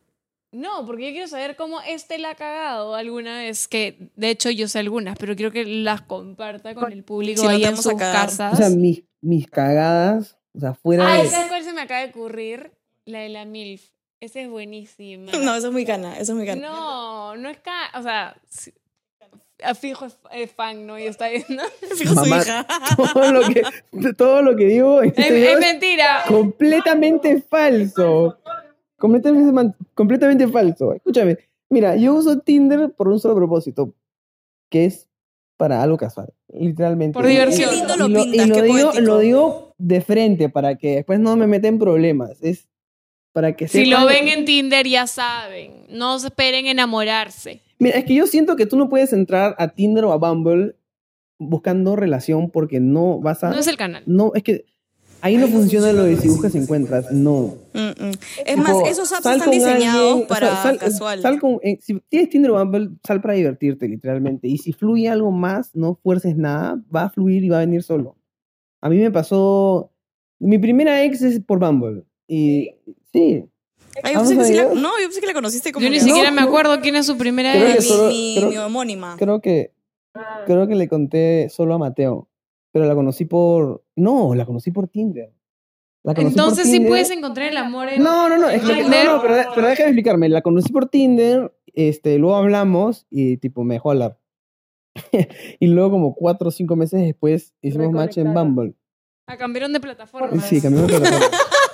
No, porque yo quiero saber cómo este la ha cagado alguna vez, que de hecho yo sé algunas, pero quiero que las comparta con el público Si no ahí te en vamos sus a cagar. casas. O sea, mis, mis cagadas, o sea, fuera Ay, de... ¿sabes cuál se me acaba de ocurrir? La de la MILF. Esa es buenísima. No, eso es muy cana, eso es muy cana. No, no es ca... O sea, sí, a fijo es, es fan, ¿no? Y está viendo. Fijo su Mamá, hija. todo lo que, todo lo que digo en Es, este video es es mentira. completamente falso. Completamente, man- completamente falso. Escúchame, mira, yo uso Tinder por un solo propósito, que es para algo casual, literalmente. Por diversión. Qué lindo Y lo y pintas, lo qué digo, poético. lo digo de frente para que después no me meta en problemas. Es para que Si sepan- lo ven en Tinder ya saben. No se esperen enamorarse. Mira, es que yo siento que tú no puedes entrar a Tinder o a Bumble buscando relación porque no vas a... No es el canal. No, es que ahí no funciona lo de si buscas encuentras, no. Mm, mm. Es Tipo, más, esos apps sal están con diseñados alguien, para sal- sal- casual. sal con- eh, si tienes Tinder o Bumble, sal para divertirte, literalmente. Y si fluye algo más, no fuerces nada, va a fluir y va a venir solo. A mí me pasó... Mi primera ex es por Bumble. Y sí, Ay, yo ¿Vamos pensé que a sí la, videos? no, yo pensé que la conociste como Yo ni que- siquiera No, me no. acuerdo quién es su primera Creo que ex. mi, solo- mi, creo- mi homónima. creo que... Creo que le conté solo a Mateo. Pero la conocí por... No, la conocí por Tinder. La conocí por Entonces sí Tinder. puedes encontrar el amor en No, no, no, es que- no, Tinder. no, pero, pero déjame explicarme. La conocí por Tinder, este, luego hablamos y tipo me dejó hablar. Y luego como cuatro o cinco meses después hicimos match en Bumble. Ah, cambiaron de plataforma. Sí, cambiamos de plataforma.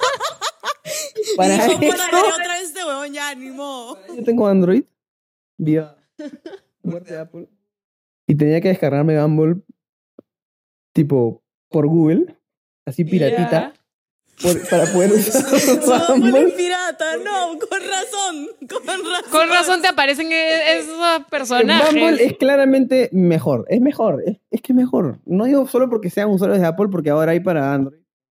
Para Dijo, "Puta, esto, dale otra vez este huevón, ya, ni modo". yo tengo Android vía muerte de Apple y tenía que descargarme Bumble tipo por Google, así piratita, Ya. por- para poder usar Bumble Bumble. es pirata, no, con razón, con razón. Con razón te aparecen e- esos personajes. Bumble es claramente mejor, es mejor, es, es que es mejor. No digo solo porque sean usuarios de Apple, porque ahora hay para Android,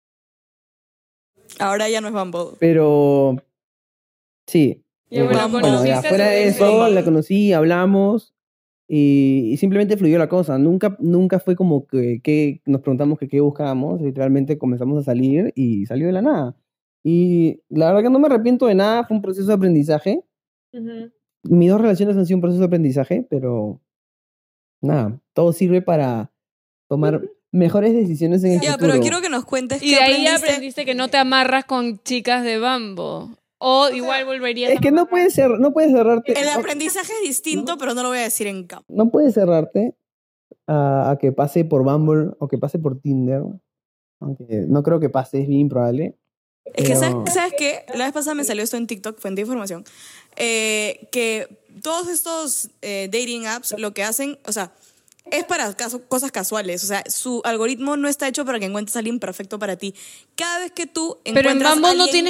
Ahora ya no es Bumble. pero sí. Y bueno, Eh, conociste ya, a tu fuera de ex eso, Bumble. la conocí, hablamos y, y simplemente fluyó la cosa. Nunca, nunca fue como que, que nos preguntamos que qué buscábamos, literalmente comenzamos a salir y salió de la nada. Y la verdad que no me arrepiento de nada, fue un proceso de aprendizaje. Ujú. Mis dos relaciones han sido un proceso de aprendizaje, pero nada, todo sirve para tomar mejores decisiones en el Ya, futuro. pero quiero que nos cuentes Y qué de ahí ya aprendiste. aprendiste que no te amarras con chicas de Bambo. O igual volverías Es que no puedes ser, no puedes cerrarte, El aprendizaje es distinto, pero no lo voy a decir en campo. no puedes cerrarte a, a que pase por Bumble o que pase por Tinder, aunque no creo que pase, es bien improbable. Es que, Pero- ¿sabes, ¿sabes qué? La vez pasada me salió esto en TikTok, fuente de información, eh, que todos estos eh, dating apps lo que hacen, o sea, es para caso- cosas casuales. O sea, su algoritmo no está hecho para que encuentres a alguien perfecto para ti. Cada vez que tú encuentras Pero en Bumble a no alguien- tienes...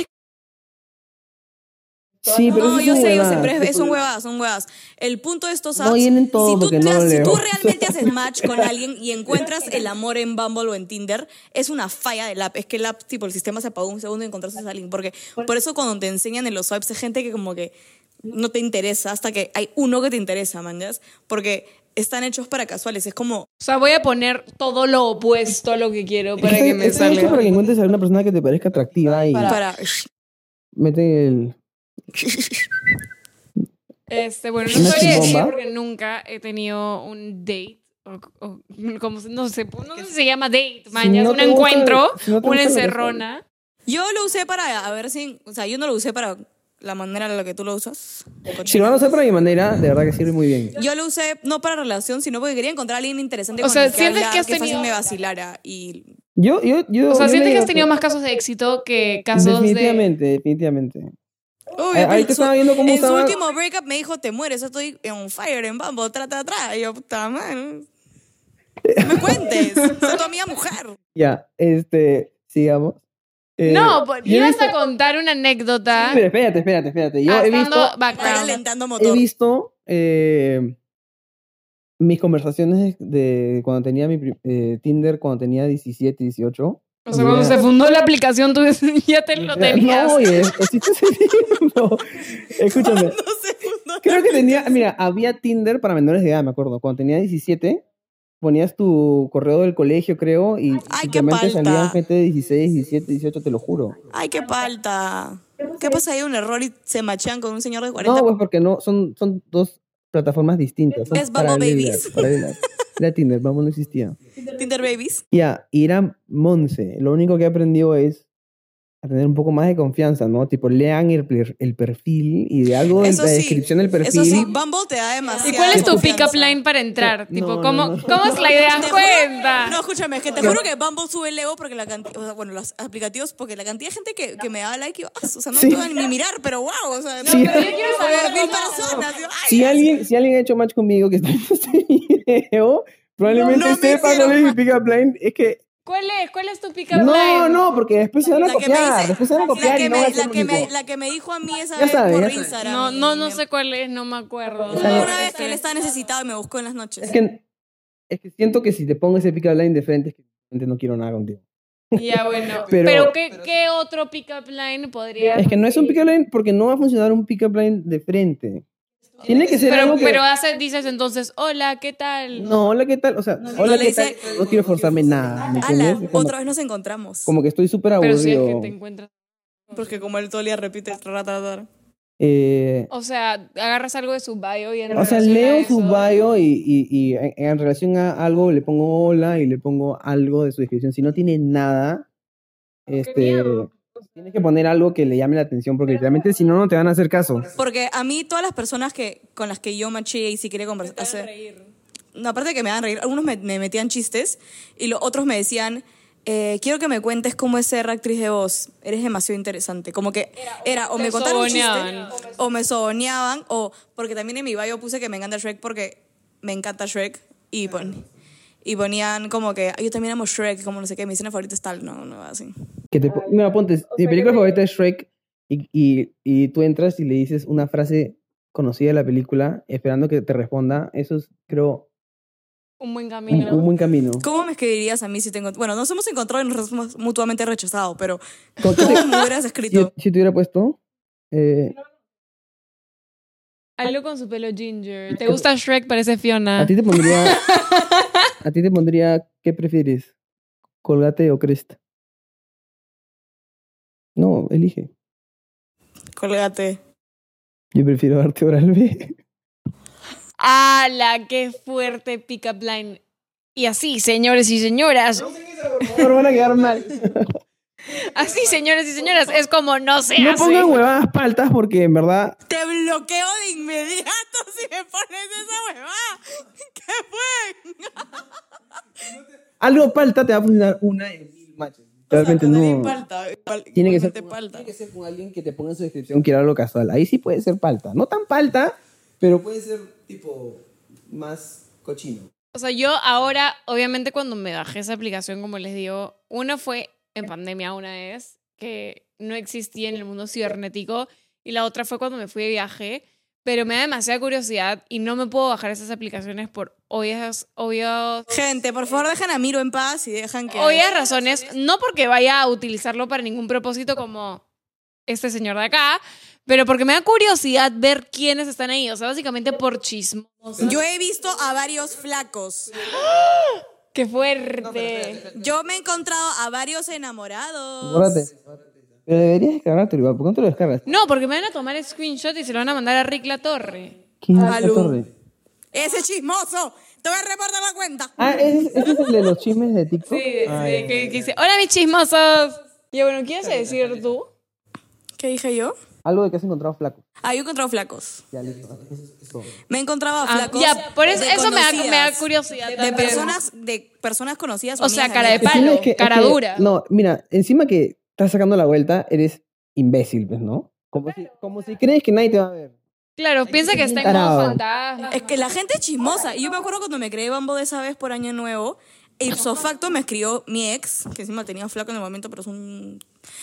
Sí, pero No, eso yo son sé, yo sé, huevadas, pero es, eso- son huevadas, son huevadas. El punto de estos No apps, vienen todo si, tú, porque no te- lo si leo. tú realmente haces match con alguien y encuentras el amor en Bumble o en Tinder, es una falla del app. Es que el app, tipo, el sistema se apagó un segundo y encontraste a alguien. Porque por eso cuando te enseñan en los swipes hay gente que como que no te interesa hasta que hay uno que te interesa, man, ¿ya? Porque están hechos para casuales. Es como, O sea, voy a poner todo lo opuesto a lo que quiero para Está- que me está hecho salga. para que encuentres a una persona que te parezca atractiva y para... mete el... Este, bueno, no ¿Una sabría decir chimbomba? porque nunca he tenido un date. O, o- como se- no sé, no sé si se llama date, mañana, no un te gusta- encuentro, si no te una gusta lo que encerrona. Yo lo usé para, a ver si, o sea, yo no lo usé para la manera en la que tú lo usas. Si lo van a hacer para mi manera, de verdad que sirve muy bien. Yo lo usé no para relación, sino porque quería encontrar a alguien interesante O con sea, el que ¿sientes hablar, que has que fácil tenido- me vacilara. Y Yo, yo, yo, O sea, yo sientes le que has digo tenido más casos de éxito que casos de... Definitivamente, definitivamente. Uy, Eh, ahorita estaba viendo cómo en estaba- su último breakup me dijo, te mueres, estoy on fire en Bumble, tra, tra, tra. Y yo, puta madre. No me cuentes, soy tu amiga mujer. Ya, este, sigamos. Eh, No, pues, yo he ibas visto- a contar una anécdota. Sí, pero espérate, espérate, espérate. Yo Ah, he estando visto, Está background. calentando he motor. visto eh, mis conversaciones de cuando tenía mi pri- eh, Tinder, cuando tenía diecisiete, dieciocho. O sea, cuando se fundó la aplicación, tú ya te lo tenías. No, oye, existe ese tiempo. Escúchame. No sé, no. Creo que tenía, mira, había Tinder para menores de edad, me acuerdo. Cuando tenía diecisiete, ponías tu correo del colegio, creo, y Ay, qué simplemente palta. salían gente de dieciséis, diecisiete, dieciocho, te lo juro. Ay, qué falta. ¿Qué pasa ahí? Un error y se machean con un señor de cuarenta. No, pues porque no, son, son dos plataformas distintas. Son ¿Es Bumble paralelas, Babies? paralelas. Era Tinder, Bumble no existía. Tinder Babies. Ya, y era Monse. Lo único que he aprendido es a tener un poco más de confianza, ¿no? Tipo, lean el, per- el perfil y de algo en Eso la sí, descripción del perfil. Eso sí, Bumble te da demasiado. ¿Y cuál es tu confianza. pick-up line para entrar? No, Tipo, no, ¿cómo, no. ¿cómo es la idea? Te juro- Cuenta. No, escúchame, es que te juro que Bumble sube el ego porque la cantidad, o sea, bueno, los aplicativos, porque la cantidad de gente que, que me da like, yo, ah, o sea, no Sí. puedo ni mirar, pero wow, o sea, no, Sí. pero yo quiero saber mil cómo- personas. Yo, ay, Si alguien, si alguien ha hecho match conmigo que está viendo este video, probablemente No, no me sepa cuál hicieron es mi match. pick-up line. Es que, ¿Cuál es? ¿Cuál es tu pick-up no, line? no, porque después se van a la que me copiar. dice, Después se van a la copiar que y no va me, a ser la que me, único. la que me dijo a mí esa Ya vez sabe, por ya sabe. Instagram. No, y no, no me- sé cuál es, no me acuerdo. Hubo una vez que él estaba necesitado y me buscó en las noches. Es que, es que siento que si te pongo ese pick-up line de frente, es que realmente no quiero nada contigo. Ya, bueno. Pero- Pero, ¿qué, ¿qué otro pick-up line podría...? Es que no es un pick-up line porque no va a funcionar un pick-up line de frente. Tiene que ser Pero, algo que... pero hace, dices entonces, hola, ¿qué tal? No, hola, ¿qué tal? O sea, no hola, le ¿qué tal? dice- No quiero forzarme nada, ¿me entiendes? Ala, Es como, otra vez nos encontramos. como que estoy súper Pero si es aburrido. que te encuentras... Porque como él todo el día repite, tra, tra, tra. Eh, O sea, agarras algo de su bio y en o sea, relación a leo eso- su bio y, y, y en, en relación a algo le pongo hola y le pongo algo de su descripción. Si no tiene nada, este, miedo. tienes que poner algo que le llame la atención porque realmente si no, no te van a hacer caso. Porque a mí todas las personas que con las que yo maché y si quería conversar... hacer- No, aparte de que me hagan reír, algunos me, me metían chistes y los otros me decían, eh, quiero que me cuentes cómo es ser actriz de voz, eres demasiado interesante. Como que era o te me contaron un chiste, soboneaban. o me soboneaban, o porque también en mi bio puse que me encanta Shrek porque me encanta Shrek y, pon, y ponían como que "Ay, yo también amo Shrek, como no sé qué, mi escena favorita es tal, no, no, así. Que te, po- mira, ponte, mi película favorita es Shrek y, y, y tú entras y le dices una frase conocida de la película esperando que te responda. Eso es, creo, Un buen un, camino. un buen camino. ¿Cómo me escribirías a mí si tengo... Bueno, nos hemos encontrado y nos hemos mutuamente rechazado, pero ¿Con qué te- ¿cómo me hubieras si, escrito? si te hubiera puesto... eh, Algo con su pelo ginger. ¿Te gusta Shrek? Parece Fiona. A ti te pondría. A ti te pondría. ¿Qué prefieres? ¿Colgate o Crest? No, elige. Colgate. Yo prefiero darte oral B. ¡Hala! ¡Qué fuerte pick-up line! Y así, señores y señoras. Por van a quedar mal. Así, señores y señoras. Es como no se No hace. pongan huevadas paltas porque en verdad. Te bloqueo de inmediato si me pones esa huevada. ¿Qué fue? Algo palta te va a funcionar una en mil matches. Realmente no. Palta, pal- Tiene que, ser, igualmente palta. tiene que ser con alguien que te ponga en su descripción quiero algo casual. Ahí sí puede ser palta. No tan palta, pero puede ser tipo más cochino. O sea, yo ahora, obviamente, cuando me bajé esa aplicación, como les digo, una fue en pandemia una vez, que no existía en el mundo cibernético, y la otra fue cuando me fui de viaje, pero me da demasiada curiosidad y no me puedo bajar esas aplicaciones por obvias, obvios, Gente, por favor, dejan a Miro en paz y dejan que... obvias razones, no porque vaya a utilizarlo para ningún propósito como este señor de acá, pero porque me da curiosidad ver quiénes están ahí. O sea, básicamente por chismo. Yo he visto a varios flacos. ¡Qué fuerte! Yo me he encontrado a varios enamorados. Bórrate. Pero deberías descargártelo, igual. ¿Por qué no te lo descargas? No, porque me van a tomar screenshot y se lo van a mandar a Rick La Torre. ¿Quién es la Aló. torre? Ese chismoso. Te voy a reportar la cuenta. Ah, ¿ese, ese es el de los chismes de TikTok? Sí, Ah, sí, ya. que, que dice, hola mis chismosos. Y bueno, ¿qué ibas a decir tú? ¿Qué dije yo? Algo de que has encontrado flaco. Ah, yo he encontrado flacos. Ya, listo. Eso es todo. Me he encontrado a Ah, flacos. ya, por eso, de eso me da, conocidas. me da curiosidad. De también. personas, de personas conocidas. O sea, amigas cara de amigas. palo, Encima es que- es cara que- dura. No, mira, encima que estás sacando la vuelta, eres imbécil, pues, ¿no? Como, si, como si crees que nadie te va a ver. Claro, piensa que está en tarado. modo fantasma. Es que la gente es chismosa. Y yo me acuerdo cuando me creé Bambo de esa vez por Año Nuevo, ipso facto me escribió mi ex, que encima tenía flaco en el momento, pero es un...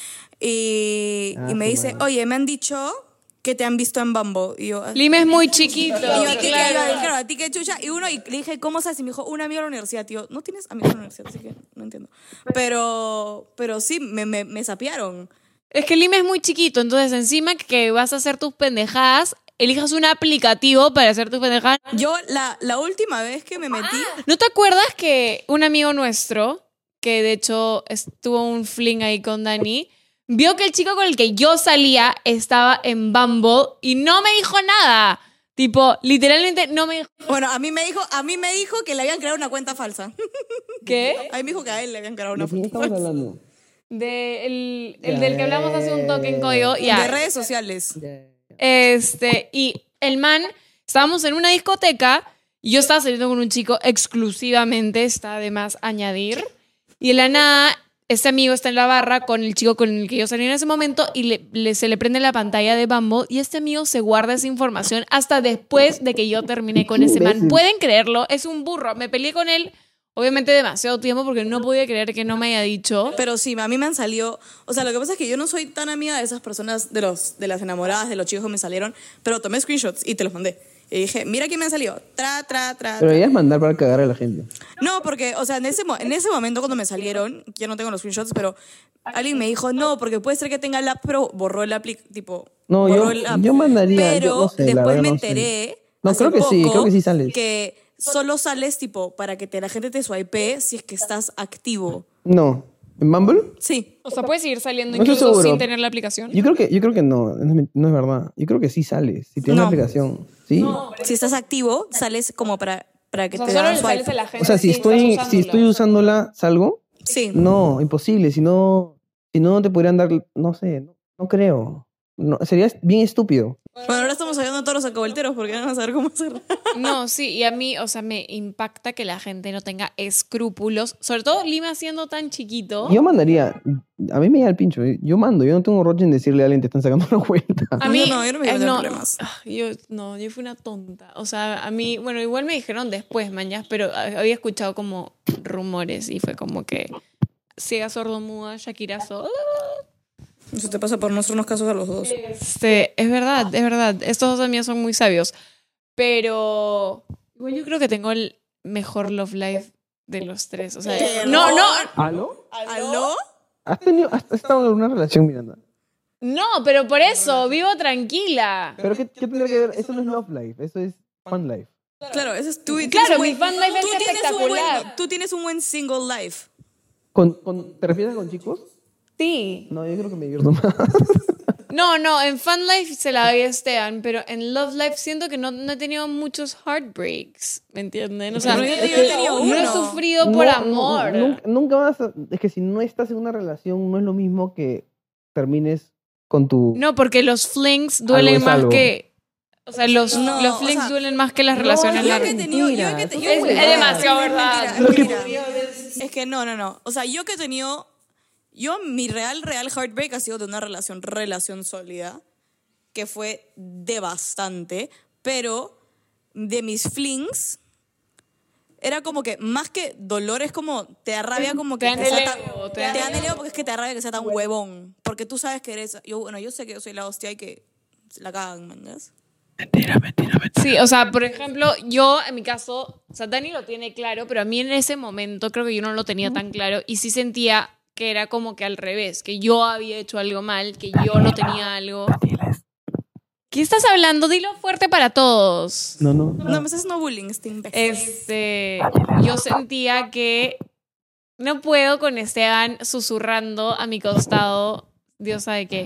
Y, Ah, y me su dice, madre. oye, me han dicho que te han visto en Bambo. Y yo... Lima es muy chiquito. Y yo, ¿a ti qué? claro. Yo, claro, ¿a ti qué chucha? Y uno, y le dije, ¿cómo sabes? Y me dijo, un amigo de la universidad, tío. No tienes amigos de la universidad, así que no entiendo. Pero, pero sí, me, me, me sapearon. Es que Lima es muy chiquito, entonces encima que vas a hacer tus pendejadas, elijas un aplicativo para hacer tus pendejadas. Yo, la, la última vez que me metí, ¿No te acuerdas que un amigo nuestro, que de hecho estuvo un fling ahí con Dani, vio que el chico con el que yo salía estaba en Bumble y no me dijo nada? Tipo, literalmente no me dijo... bueno, a mí me dijo, a mí me dijo que le habían creado una cuenta falsa. ¿Qué? A mí me dijo que a él le habían creado una ¿De quién cuenta estamos falsa. hablando? De el, el Ya, del que hablamos hace un toque en código. De Ya. redes sociales. Este, y el man, estábamos en una discoteca y yo estaba saliendo con un chico exclusivamente, está de más añadir. Y de la nada, este amigo está en la barra con el chico con el que yo salí en ese momento y le, le- se le prende la pantalla de Bumble y este amigo se guarda esa información hasta después de que yo terminé con ese man. Imbécil. ¿Pueden creerlo? Es un burro. Me peleé con él, obviamente, demasiado tiempo porque no podía creer que no me haya dicho. Pero sí, a mí me han salido... O sea, lo que pasa es que yo no soy tan amiga de esas personas, de, los, de las enamoradas, de los chicos que me salieron, pero tomé screenshots y te los mandé. Y dije, mira quién me han salido. Tra, tra, tra. Pero tra. deberías mandar para cagar a la gente. No, porque, o sea, en ese, mo- en ese momento cuando me salieron, yo no tengo los screenshots, pero alguien me dijo, no, porque puede ser que tenga el app, pero borró el app, tipo... No, borró yo- el app. yo mandaría, Pero yo no sé, la después verdad me no sé. enteré... No, hace creo que sí, poco creo que sí sales. Que solo sales, tipo, para que te, la gente te swipe si es que estás activo. No. ¿En Bumble? Sí. O sea, puedes seguir saliendo No estoy incluso seguro. sin tener la aplicación. Yo creo que, yo creo que no, no es men- no es verdad. Yo creo que sí sales, si tienes No. la aplicación. ¿Sí? Si estás activo, sales como para, para que O sea, te solo hagan le sales swipe. a la gente. O sea, si estás estoy, si usándola. estoy usándola, ¿salgo? Sí. No, imposible. Si no, si no te podrían dar, no sé, no, no creo. No, sería bien estúpido. Bueno, ahora estamos ayudando a todos los acabolteros porque van a saber cómo hacerlo. No, sí, y a mí, o sea, me impacta que la gente no tenga escrúpulos, sobre todo Lima siendo tan chiquito. Yo mandaría, a mí me llega el pincho, ¿eh? Yo mando, yo no tengo roche en decirle a alguien te están sacando una vuelta. A mí, No, no, yo no me quiero eh, meter no, problemas. ah, yo, no, yo fui una tonta. O sea, a mí, bueno, igual me dijeron después, mañas, pero había escuchado como rumores y fue como que ciega, sordomuda, Shakira so- Eso te pasa por no hacer unos casos a los dos. Este, es verdad, es verdad. Estos dos amigos son muy sabios. Pero igual yo creo que tengo el mejor love life de los tres. O sea, ¿Qué? no, no, ¿Aló? ¿Aló? ¿Has, tenido, has estado en alguna relación, Miranda? no, pero por eso, vivo tranquila. ¿Pero qué, qué tendría que ver? Eso no es love life, eso es fun life. Claro, eso es tú. Claro, tienes un mi buen- fan life tú es tienes un espectacular. buen- Tú tienes un buen single life. ¿Con, con, ¿Te refieres con chicos? Sí. No, yo creo que me divierto más. No, no, en Fan Life se la doy a Esteban, pero en Love Life siento que no, no he tenido muchos heartbreaks, ¿me entienden? O sea, Pero yo- yo he tenido no he uno. sufrido por No, amor. no, nunca, nunca vas a... Es que si no estás en una relación, no es lo mismo que termines con tu... No, porque los flings duelen es más algo. que... O sea, los, No, los o flings sea, duelen más que las relaciones Yo largas. que he tenido, yo mentira, que he te- eso yo es- que- es demasiado es verdad. mentira, es mentira. Es que no, no, no. O sea, yo que he tenido, yo mi real, real heartbreak ha sido de una relación, relación sólida, que fue devastante, pero de mis flings era como que más que dolor es como te da rabia como que Te dan que sea el tan- ego, te te dan- dan el ego porque es que te da rabia que sea tan huevón, porque tú sabes que eres, yo bueno, yo sé que yo soy la hostia y que se la cagan, ¿me entiendes? Sí, o sea, por ejemplo, yo en mi caso, o sea, Dani lo tiene claro, pero a mí en ese momento creo que yo no lo tenía tan claro y sí sentía que era como que al revés, que yo había hecho algo mal, que yo no tenía algo. ¿Qué estás hablando? Dilo fuerte para todos. No, no. No, me estás haciendo bullying, este imbécil. Este, yo sentía que no puedo con Esteban susurrando a mi costado, Dios sabe qué.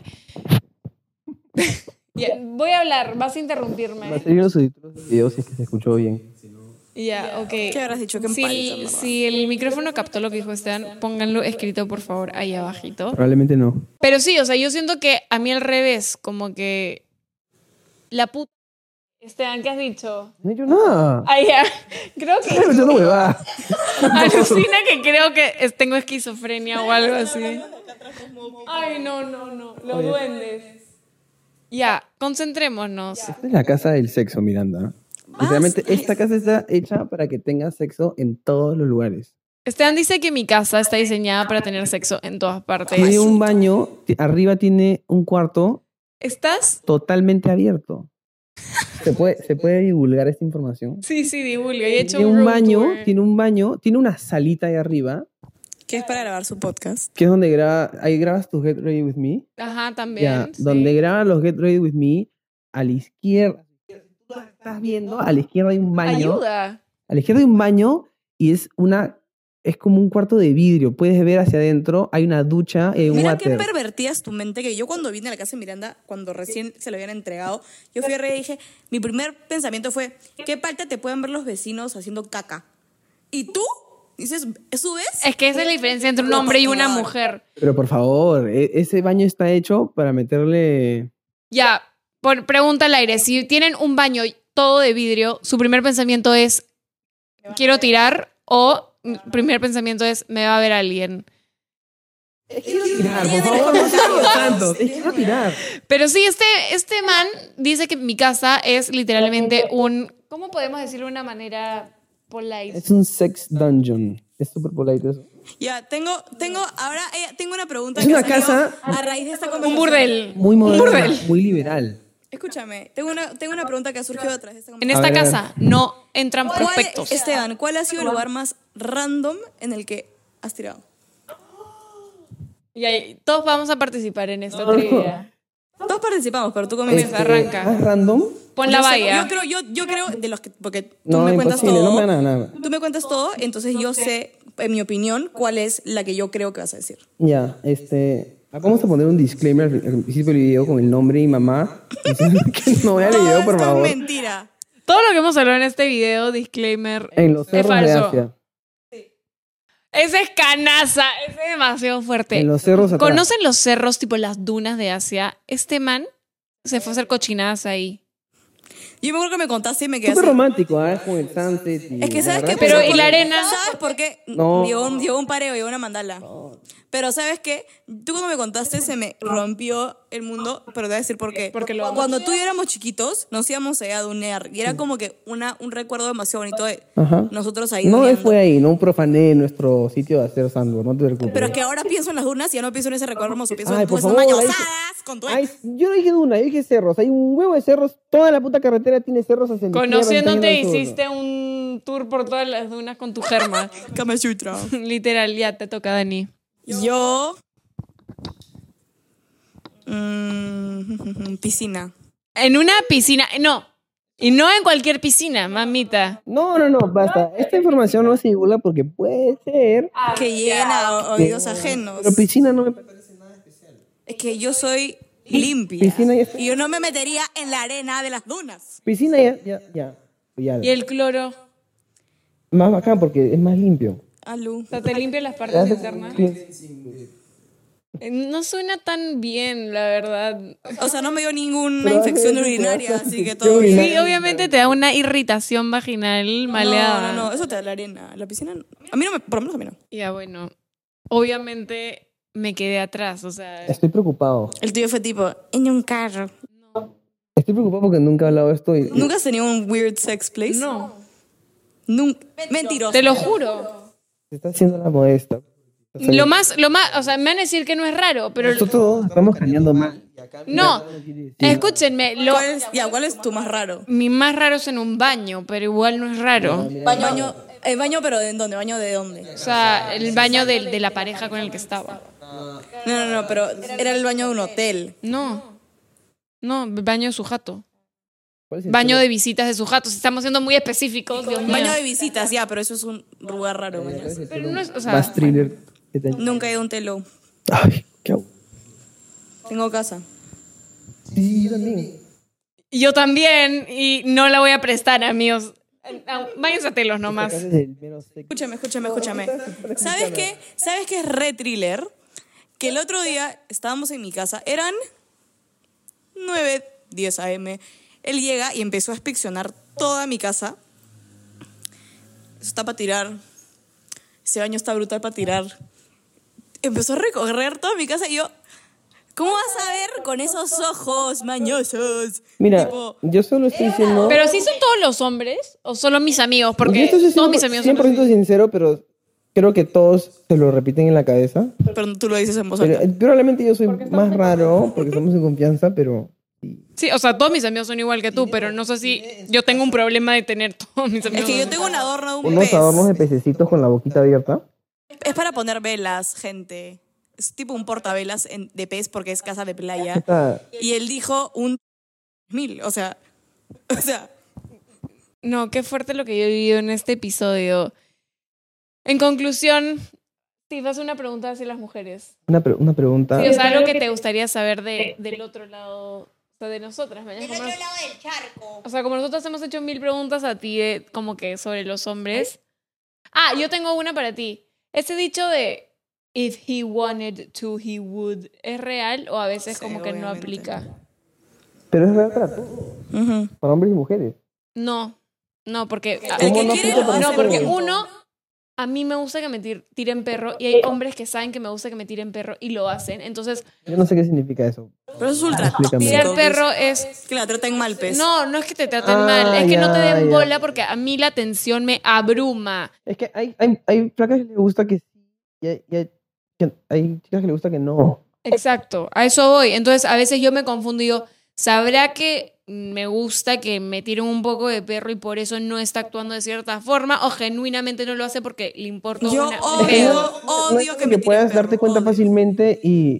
Ya, voy a hablar, vas a Va a interrumpirme. salir los subtítulos del video si es que se escuchó bien. Ya, ok. ¿Qué habrás dicho? ¿Qué Si, empalta, en verdad? si el micrófono captó lo que dijo Esteban, pónganlo escrito, por favor, ahí abajito. Probablemente no. Pero sí, o sea, yo siento que a mí al revés, como que la puta... Esteban, ¿qué has dicho? No he hecho nada. Ah, ya. Creo Estoy escuchando que... huevada. Alucina que creo que es- tengo esquizofrenia o algo así. Ay, no, no, no. Los duendes. Ya, concentrémonos. Esta es la casa del sexo, Miranda. Literalmente, esta casa está hecha para que tengas sexo en todos los lugares. Esteban dice que mi casa está diseñada para tener sexo en todas partes. Tiene un baño, ti- arriba tiene un cuarto ¿Estás? totalmente abierto. ¿Se puede, ¿se puede divulgar esta información? Sí, sí, divulga. He hecho Tiene un room baño, tour. tiene un baño, tiene una salita ahí arriba, ¿Qué es para grabar su podcast? que es donde graba, ahí grabas tu Get Ready With Me. Ajá, también. Ya, sí. donde grabas los Get Ready With Me, a la izquierda, tú la estás viendo, a la izquierda hay un baño. Ayuda. A la izquierda hay un baño y es una, es como un cuarto de vidrio. Puedes ver hacia adentro, hay una ducha y un Mira qué water. pervertida es tu mente, que yo cuando vine a la casa de Miranda, cuando recién se lo habían entregado, yo fui a reír y dije, mi primer pensamiento fue, ¿qué falta te pueden ver los vecinos haciendo caca? ¿Y tú? Dices, ¿subes? Es que esa es la diferencia entre un hombre y una mujer. Pero por favor, e- ese baño está hecho para meterle... Ya, por, pregunta al aire. Si tienen un baño todo de vidrio, su primer pensamiento es, quiero tirar, o mi primer pensamiento es, me va a ver alguien. Quiero tirar, por favor, no seas tanto. Es quiero tirar. Pero sí, este, este man dice que mi casa es literalmente un... ¿Cómo podemos decirlo de una manera polite? Es un sex dungeon. Es súper polite eso. Ya, tengo, tengo, ahora eh, tengo una pregunta. Es que una salió casa- a raíz de esta conversación. Un burdel. Muy moderno, Un burdel. muy liberal. Escúchame, tengo una, tengo una pregunta que ha surgido a través de esta En conversación. esta A ver, casa no entran ¿Cuál- prospectos. Esteban, ¿cuál ha sido el lugar más random en el que has tirado? Y ahí, todos vamos a participar en esta No, no. trivia. Todos participamos, pero tú Comienza, comienzas. arranca. ¿Más random? Pon la Yo sé- valla. Yo creo, yo, yo creo de los que, porque tú No, me cuentas imposible, todo. no me da nada. Tú me cuentas todo, entonces yo sé, en mi opinión, cuál es la que yo creo que vas a decir. Ya, este... Vamos a poner un disclaimer al al principio del video con el nombre de mi mamá. Diciendo que no vean el video, por esto favor. es mentira. Todo lo que hemos hablado en este video, disclaimer, En los es cerros de falso. Asia. Ese es canaza, ese es demasiado fuerte. En los cerros atrás. ¿Conocen los cerros tipo las dunas de Asia? Este man se fue a hacer cochinadas ahí. Yo me acuerdo que me contaste y me quedé Súper así. romántico, ¿ah? Con el sunset. y Es que, la ¿sabes verdad qué? que- Pero, pasó? ¿y la arena? ¿Sabes por qué? No. Llegó un, llegó un pareo, llegó una mandala. Pero, ¿sabes qué? Tú cuando me contaste se me rompió el mundo, pero te voy a decir por qué. Porque lo amas. Cuando tú y yo éramos chiquitos, nos íbamos allá a dunear. Y era como que una, un recuerdo demasiado bonito de Ajá. nosotros ahí No duneando. fue ahí, no profané nuestro sitio de hacer sandboard, no te preocupes. Pero es que ahora pienso en las dunas y ya no pienso en ese recuerdo hermoso. Pienso Ay, en por esas favor, mañosadas ahí- con tu Ay, ex. yo no dije duna, yo dije cerros. Hay un huevo de cerros. Toda la puta carretera tiene cerros hacia la izquierda, Conociéndote, está lleno de hiciste un tour por todas las dunas con tu germa. Kama Sutra. Literal, ya te toca, Dani. Yo... Mm, piscina. En una piscina, no. Y no en cualquier piscina, mamita. No, no, no, basta. Esta información no se divulga porque puede ser. Que lleguen a oídos ajenos. Pero piscina no me parece. Es que yo soy limpia. Piscina ya está. Y yo no me metería en la arena de las dunas. Piscina ya, ya, ya. ya. Y el cloro. Más bacán porque es más limpio. Alu. O sea, te limpia las Te partes hace- internas. Eh, No suena tan bien, la verdad. O sea, no me dio ninguna Pero infección hace- urinaria, te así que hace todo infección bien. Sí, obviamente te da una irritación vaginal maleada. No, no, no, eso te da la arena. La piscina, no. A mí no me, por lo menos a mí no. Ya, bueno. Obviamente me quedé atrás, o sea. Estoy preocupado. El tuyo fue tipo, en un carro. Estoy preocupado porque nunca he hablado de esto. Y, ¿Nunca has tenido un weird sex place? No, Nunca. Mentiroso. te lo juro. Se está haciendo la modesta. Lo más, lo más, o sea, me van a decir que no es raro, pero Nosotros estamos craneando mal. no. Escúchenme, lo, ¿Cuál es, ya, ¿cuál es tu más raro? mi más raro es en un baño, pero igual no es raro. Baño. ¿El baño, pero de dónde? ¿Baño de dónde? O sea, el baño de, de la pareja con el que estaba. No, no, no, pero era el baño de un hotel. No. No, el baño de su jato. ¿Cuál es el Baño pelo? de visitas de su jato. Estamos siendo muy específicos, Dios mío. Baño de visitas, ya, pero eso es un lugar raro, ¿Cuál mañana. es el Pero pelo no es, o sea, más thriller que tengo? Nunca he ido a un telo. Ay, qué abu- Tengo casa. Sí, yo también. yo también, y no la voy a prestar, amigos. Ah, váyanse a telos nomás. Acá es el menos sexy. Escúchame, escúchame, escúchame. ¿Sabes qué? ¿Sabes qué es re thriller? Que el otro día estábamos en mi casa, eran nueve, diez a eme. Él llega y empezó a inspeccionar toda mi casa. Eso está para tirar. Ese baño está brutal para tirar. Empezó a recorrer toda mi casa y yo, ¿cómo vas a ver con esos ojos mañosos? Mira, Tipo, yo solo estoy diciendo... Pero sí son todos los hombres o solo mis amigos, yo porque estoy todos siendo mis amigos cien por ciento son sincero, pero creo que todos se lo repiten en la cabeza. pero tú lo dices en voz Pero, alta. eh, probablemente yo soy más raro porque estamos en confianza, pero... sí. Sí, o sea, todos mis amigos son igual que tú, pero no sé si yo tengo un problema de tener todos mis Es amigos. que yo tengo un adorno de un Unos pez. adornos de pececitos con la boquita abierta. Es para poner velas, gente. Es tipo un portavelas en- de pez porque es casa de playa. Esta- Y él dijo un mil, o sea, o sea, No, qué fuerte lo que yo he vivido en este episodio. En conclusión, te vas a hacer una pregunta hacia las mujeres. Una, pre- una pregunta. Sí, o sea, algo que te gustaría saber de, del otro lado, o sea, de nosotras. Del otro lado del charco. O sea, como nosotros hemos hecho mil preguntas a ti, de, como que sobre los hombres. Ah, yo tengo una para ti. Ese dicho de if he wanted to, he would, ¿es real o a veces Sí, como que no obviamente. aplica? Pero es real para todos, ujú. para hombres y mujeres. No, no, porque... El ¿Cómo que no quiere aplica lo para No, hace. porque todos? uno, a mí me gusta que me tir- tiren perro y hay hombres que saben que me gusta que me tiren perro y lo hacen. Entonces, Yo no sé qué significa eso. Pero eso es ultra Explícame. tóxico. tirar perro es... Que la traten mal, pues. No, no es que te traten Ah, mal, es que no te ya, den ya. bola porque a mí la tensión me abruma. Es que hay, hay, hay flacas que les gusta que sí y hay, y hay, que- hay chicas que les gusta que no. Exacto, a eso voy. Entonces, a veces yo me confundo y digo, ¿sabrá que me gusta que me tiren un poco de perro y por eso no está actuando de cierta forma? ¿O genuinamente no lo hace porque le importa Yo una, un odio, pedo? No es odio como que me tiren puedas perro, darte cuenta odio. fácilmente y...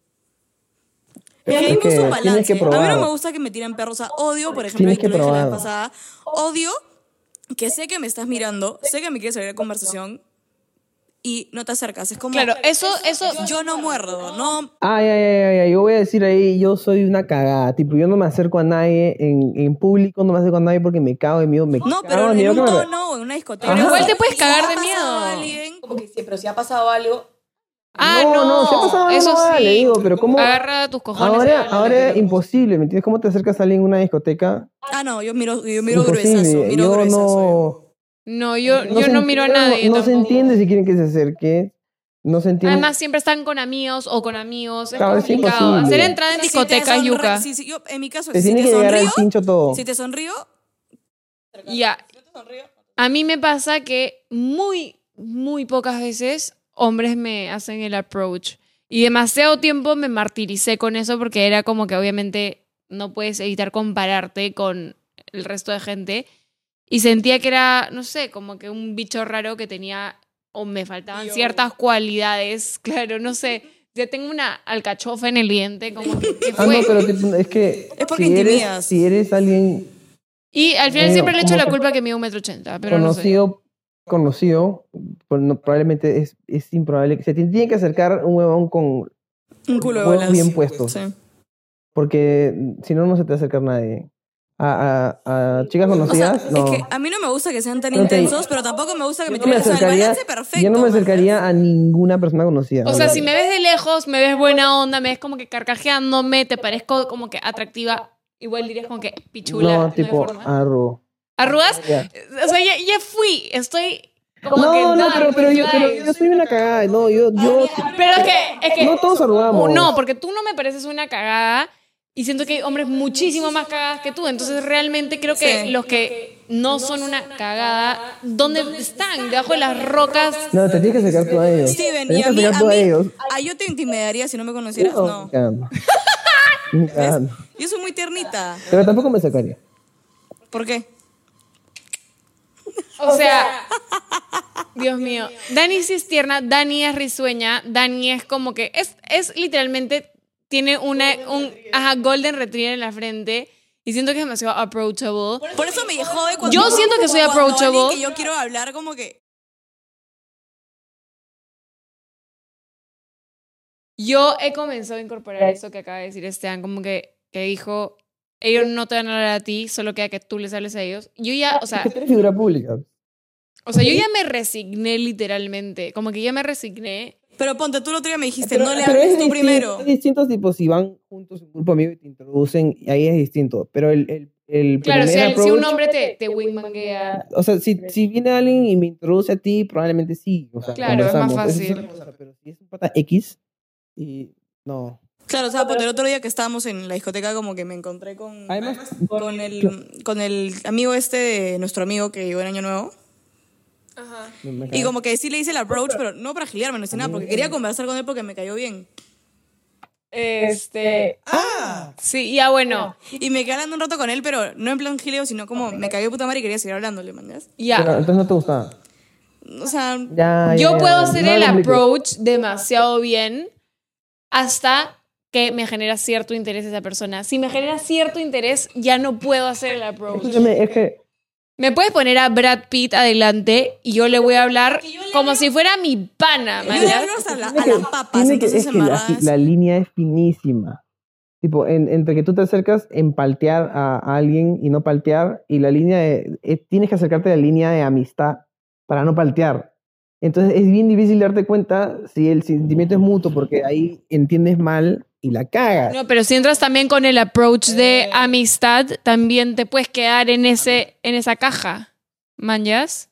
Y a mí Es me gusta que un tienes balance. que A mí no probar. me gusta que me tiren perros. O sea, odio, por ejemplo, Tienes y que lo dije la vez probar. pasada, odio que sé que me estás mirando, sé que me quieres salir de conversación y no te acercas. Es como, Claro, eso, eso, yo no muerdo, no. Ay, ay, ay, ay, yo voy a decir ahí, yo soy una cagada. Tipo, yo no me acerco a nadie en, en público, no me acerco a nadie porque me cago de miedo. Me No, cago pero de en miedo un que me- tono o en una discoteca. Pero igual Si- te puedes si cagar ha de pasado miedo. alguien, Como que sí, pero si ha pasado algo, ah, no, no, no, si ha pasado algo, eso no sí. vale, digo, pero ¿cómo? Agarra tus cojones. y Ahora, háblale. ahora es imposible, ¿me entiendes? ¿Cómo te acercas a alguien en una discoteca? Ah, no, yo miro, yo miro Imposible. gruesazo, miro yo gruesazo. no... No, yo, no yo se no miro a entiende- nadie. No, no se tampoco. entiende si quieren que se acerque. No se entiende. Además, siempre están con amigos o con amigos. Es Claro, es complicado. imposible. Hacer entrada en Si te discotecas, sonre- yuca. si- si- yo, en mi caso, te si tiene te que llegar al sonrío, pincho todo. si te sonrío, Ya. A mí me pasa que muy, muy pocas veces hombres me hacen el approach. Y demasiado tiempo me martiricé con eso porque era como que obviamente no puedes evitar compararte con el resto de gente. Y sentía que era, no sé, como que un bicho raro que tenía o me faltaban ciertas cualidades. Claro, no sé. Ya tengo una alcachofa en el diente, como que, ¿qué Ah, fue? no, pero tipo, es que Es porque si eres, intimidas. si eres alguien Y al final Medio siempre le echo como la que- culpa que mide un metro ochenta, pero no sé. conocido, conocido, pues no, probablemente es, es improbable. Se te tiene que acercar un huevón con... un culo de Huevos bolas. bien puestos. Sí. Porque si no, no se te va a acercar nadie. A, a, a chicas O sea, conocidas, no. es que a mí no me gusta que sean tan No te- intensos, pero tampoco me gusta que me Yo no me tiren. O sea, el acercaría, balance perfecto. yo no me ¿me entiendes? acercaría a ninguna persona conocida. O sea, si me ves de lejos, me ves buena onda, me ves como que carcajeándome, te parezco como que atractiva, igual dirías como que pichula. No, hay tipo, forma. arro. ¿Arrugas? Ya. O sea, ya, ya fui, estoy como No, que no, dark, pero, pero, yo, pero vibes. yo soy una cagada. No, yo, yo, Pero es que, es que no todos arrugamos. no, porque tú no me pareces una cagada y siento que hay hombres muchísimo más cagadas que tú. Entonces realmente creo que Sí. los que no son una cagada, ¿dónde están? Debajo de las rocas. No, te tienes que acercar tú a ellos. Steven, Tienes y que a mí, acercar a tú a mí, ellos. ¿a yo te intimidaría si no me conocieras? No, No. ni cagando. Ni cagando. Yo soy muy tiernita. Pero tampoco me sacaría. ¿Por qué? O sea, Dios mío. Dani sí es tierna, Dani es risueña, Dani es como que es, es literalmente, tiene una, un ajá, golden retriever en la frente y siento que es demasiado approachable. Por eso me jode cuando... Yo siento que soy cuando approachable. alguien que yo quiero hablar como que... Yo he comenzado a incorporar eso que acaba de decir Esteban, como que, que dijo, ellos no te van a hablar a ti, solo queda que tú les hables a ellos. Yo ya, o sea, Es que tú eres figura pública. o sea, yo ya me resigné literalmente, como que ya me resigné. Pero ponte, tú el otro día me dijiste, Pero- no le pero hables es tú distinto- primero. Es distinto tipo si van juntos un grupo amigo y te introducen, ahí es distinto. Pero el, el, el Claro, si, primer el- si un approach- hombre te, te wingmanguea. O sea, si, si viene alguien y me introduce a ti, probablemente sí. O sea, Claro, es más conversamos. Eso es fácil. una cosa, pero si es un pata X, y no. Claro, o sea, ponte, el otro día que estábamos en la discoteca como que me encontré con, Además, con, el, con el amigo este de nuestro amigo que llegó en Año Nuevo. me- me Y cago. como que sí le hice el approach, pero no para giliarme, no sé nada, porque quería conversar con él porque me cayó bien. Este. ¡Ah! Sí, ya bueno. Y me quedé hablando un rato con él, pero no en plan gileo, sino como me cayó de puta madre y quería seguir hablándole, man. Pero, Ya. entonces no te gustaba. O sea, Ya, ya, Yo ya, puedo ya. hacer No el lo compliques. approach demasiado bien hasta que me genera cierto interés esa persona. Si me genera cierto interés, ya no puedo hacer el approach. Escúchame, es que Me puedes poner a Brad Pitt adelante y yo le voy a hablar como si fuera mi pana, yo le man. hablo hasta la- a Tiene que- las papas, tiene que- entonces es en que la, verdad es- la línea es finísima. Tipo, en- entre que tú te acercas en paltear a, a alguien y no paltear, y la línea de... eh, tienes que acercarte a la línea de amistad para no paltear. Entonces es bien difícil darte cuenta si el sentimiento es mutuo, porque ahí entiendes mal y la cagas. No, pero si entras también con el approach de amistad, también te puedes quedar en ese en esa caja. ¿Manjas?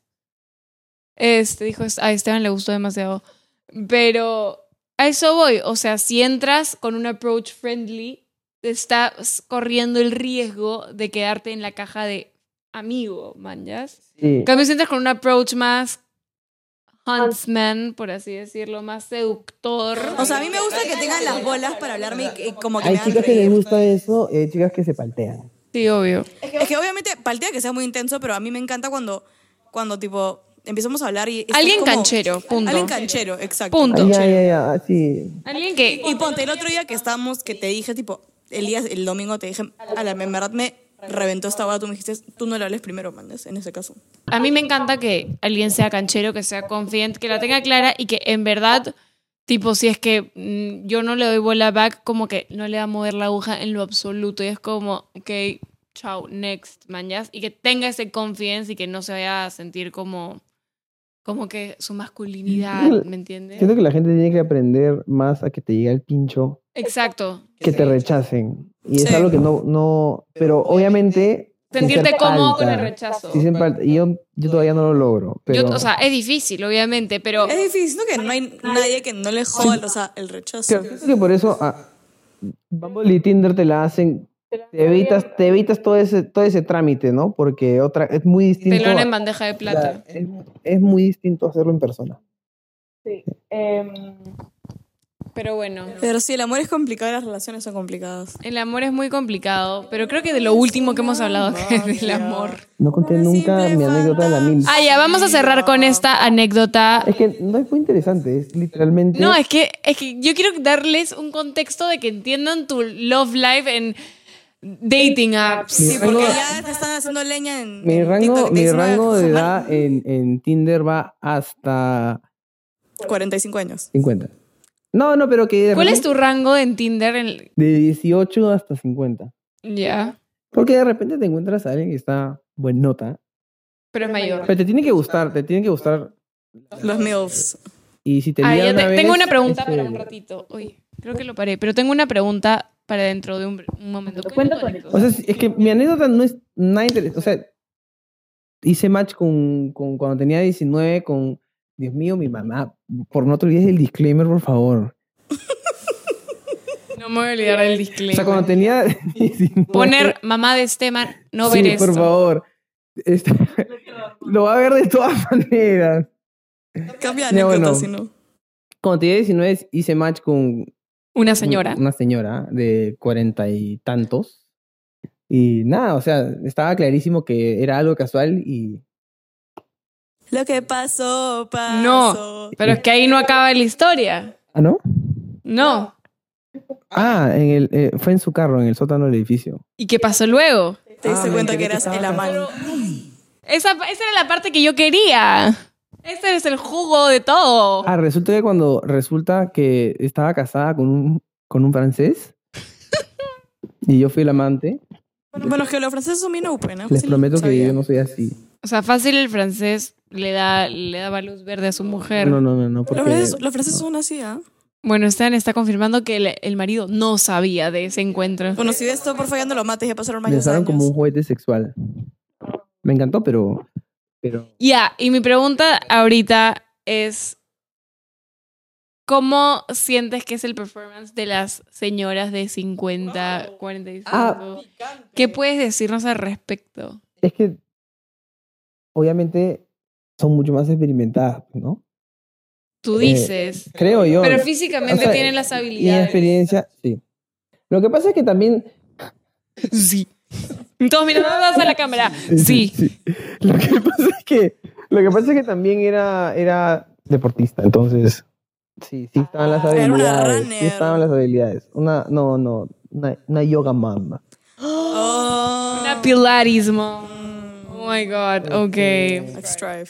Este dijo, a Esteban le gustó demasiado. Pero a eso voy. O sea, si entras con un approach friendly, te estás corriendo el riesgo de quedarte en la caja de amigo, ¿manjas? Sí. En cambio, si entras con un approach más huntsman, por así decirlo, más seductor. O sea, a mí me gusta que tengan las bolas para hablarme y, y como que Hay me hagan chicas que les reír. gusta eso y hay chicas que se paltean. Sí, obvio. Es que obviamente paltea que sea muy intenso, pero a mí me encanta cuando, cuando tipo, empezamos a hablar y... estás Alguien como- canchero, punto. Alguien canchero, exacto. Punto. Ah, ya, ya, ya, sí. Alguien que... Y ponte, el otro día que estábamos, que te dije, tipo, el día, el domingo te dije, a la en verdad me reventó esta boda, tú me dijiste, tú no le hables primero, mandes, en ese caso. A mí me encanta que alguien sea canchero, que sea confident, que la tenga clara y que en verdad, tipo, si es que mm, yo no le doy bola back, como que no le va a mover la aguja en lo absoluto. Y es como, ok, chao, next, mañas. Y que tenga ese confidence y que no se vaya a sentir como, como que su masculinidad, ¿me entiendes? Siento que la gente tiene que aprender más a que te llegue el pincho, Exacto. que te rechacen. Y es Sí. algo que no, no, pero obviamente... sin Sentirte ser cómodo con palta. el rechazo. Sí, sin palta. Y yo, yo todavía no lo logro. Pero... Yo, o sea, es difícil, obviamente, pero... Es difícil, ¿no? Que no hay nadie que no le joda, o sea, el rechazo. Claro, siento que por eso a Bumble y Tinder te la hacen, te evitas, te evitas todo ese, todo ese trámite, ¿no? Porque otra, es muy distinto. Pelón a- en bandeja de plata. es, es muy distinto hacerlo en persona. Pero bueno, Pero sí, el amor es complicado y las relaciones son complicadas. el amor es muy complicado, pero creo que de lo último que hemos hablado acá es del amor. No conté nunca mi anécdota de la mil. Ah, ya, vamos a cerrar con esta anécdota. Es que no es muy interesante, es literalmente... No, es que, es que yo quiero darles un contexto de que entiendan tu love life en dating apps. Sí, rango- porque ya te están haciendo leña en. Mi en rango, TikTok, te mi dicen, rango "Ah, de jamás". edad en, en Tinder va hasta cuarenta y cinco años. cincuenta. No, no, pero que... de ¿Cuál es repente- tu rango en Tinder? En- De dieciocho hasta cincuenta. Ya, Porque de repente te encuentras a alguien que está buen nota. pero es mayor. Pero te tiene que gustar, te tiene que gustar. Los MILFs. Y si te Ah, liga ya una te- vez, tengo una pregunta este, para un ratito. Uy, creo que lo paré, pero tengo una pregunta para dentro de un, un momento. Cuenta con O sea, es que mi anécdota no es nada interesante. O sea, hice match con, con cuando tenía diecinueve con... Dios mío, mi mamá. Por no te olvides el disclaimer, por favor. No me voy a olvidar del O disclaimer. sea, cuando tenía diecinueve... Poner mamá de Esteban, no sí, ver esto. por favor. Este, lo va a ver de todas maneras. Cambia Ya, anécdota, bueno. si no. Cuando tenía diecinueve hice match con Una señora. una señora de cuarenta y tantos. Y nada, o sea, estaba clarísimo que era algo casual y Lo que pasó, pasó. No, pero es que ahí no acaba la historia. ¿Ah, no? No. Ah, en el, eh, fue en su carro, en el sótano del edificio. ¿Y qué pasó luego? Te diste Ah, me cuenta enteré que que eras estaba el amante. Esa, esa era la parte que yo quería. Ese es el jugo de todo. Ah, resulta que cuando resulta que estaba casada con un, con un francés y yo fui el amante, Bueno, bueno, es que los franceses son bien open, ¿no? les Sí, prometo que sabía. yo no soy así. O sea, fácil el francés le da le daba luz verde a su mujer. No, no, no, no, porque Los franceses, los franceses son así, ¿ah? Bueno, Stan está confirmando que el, el marido no sabía de ese encuentro. Bueno, si ves todo por fallando lo mates, ya pasaron más me de dos usaron años. como un juguete sexual. Me encantó, pero... pero Ya, y mi pregunta ahorita es, ¿cómo sientes que es el performance de las señoras de cincuenta, cuarenta y cinco? Ah. ¿Qué puedes decirnos al respecto? es que obviamente son mucho más experimentadas, ¿no? Tú Eh, dices, Creo yo. pero físicamente O sea, tienen las Y en habilidades. experiencia, sí. Lo que pasa es que también... Sí. Todos mirando a la cámara. Sí. sí. Lo que pasa es que... Lo que pasa es que también era, era deportista, entonces... Sí, sí estaban las Era una habilidades. runner. Sí estaban las habilidades. Una... No, no. Una, una yoga mama. Oh. Una pilarismo. Oh my God, ok. Let's drive.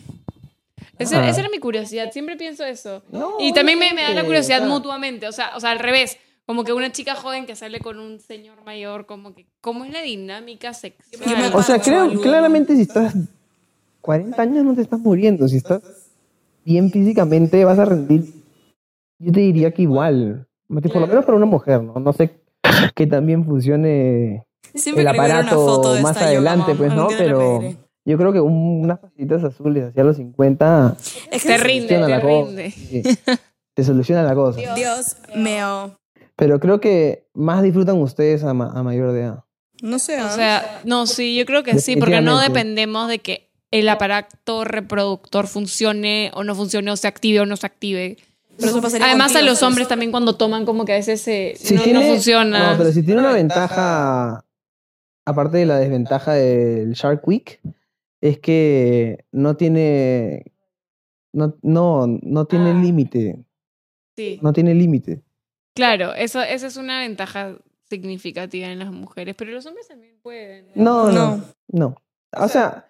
Esa, Ah. esa era mi curiosidad, siempre pienso eso. No, y también me, me da la obviamente, curiosidad o sea. mutuamente, o sea, o sea, al revés. Como que una chica joven que sale con un señor mayor, como que, ¿cómo es la dinámica sexual? Yo me O sea, Pacho, creo, alumno. claramente si estás cuarenta años no te estás muriendo. Si estás bien físicamente vas a rendir. Yo te diría que igual. Por lo menos para una mujer, ¿no? No sé que también funcione Siempre el quería ver una aparato foto de más esta adelante, yoga, pues, mamá. ¿no? Algún día le Pero pediré. yo creo que un- unas pasitas azules hacia los cincuenta Es que Te es- rinde, soluciona te la cosa. rinde. Sí, te soluciona la cosa. Dios mío. Pero creo que más disfrutan ustedes a, ma- a mayor de edad. No sé, O ¿ah? sea, no, sí, yo creo que sí, porque no Definitivamente. dependemos de que el aparato reproductor funcione o no funcione, o se active o no se active. Pero eso pasaría Además, contigo, a los ¿sabes? hombres también cuando toman como que a veces se, Si no, no tiene- funciona. No, pero si tiene una ventaja, aparte de la desventaja del Shark Week, es que no tiene, no, no, no tiene Ah. límite, Sí. no tiene límite. Claro, eso, esa es una ventaja significativa en las mujeres, pero los hombres también pueden. No, no, No. no. O sea,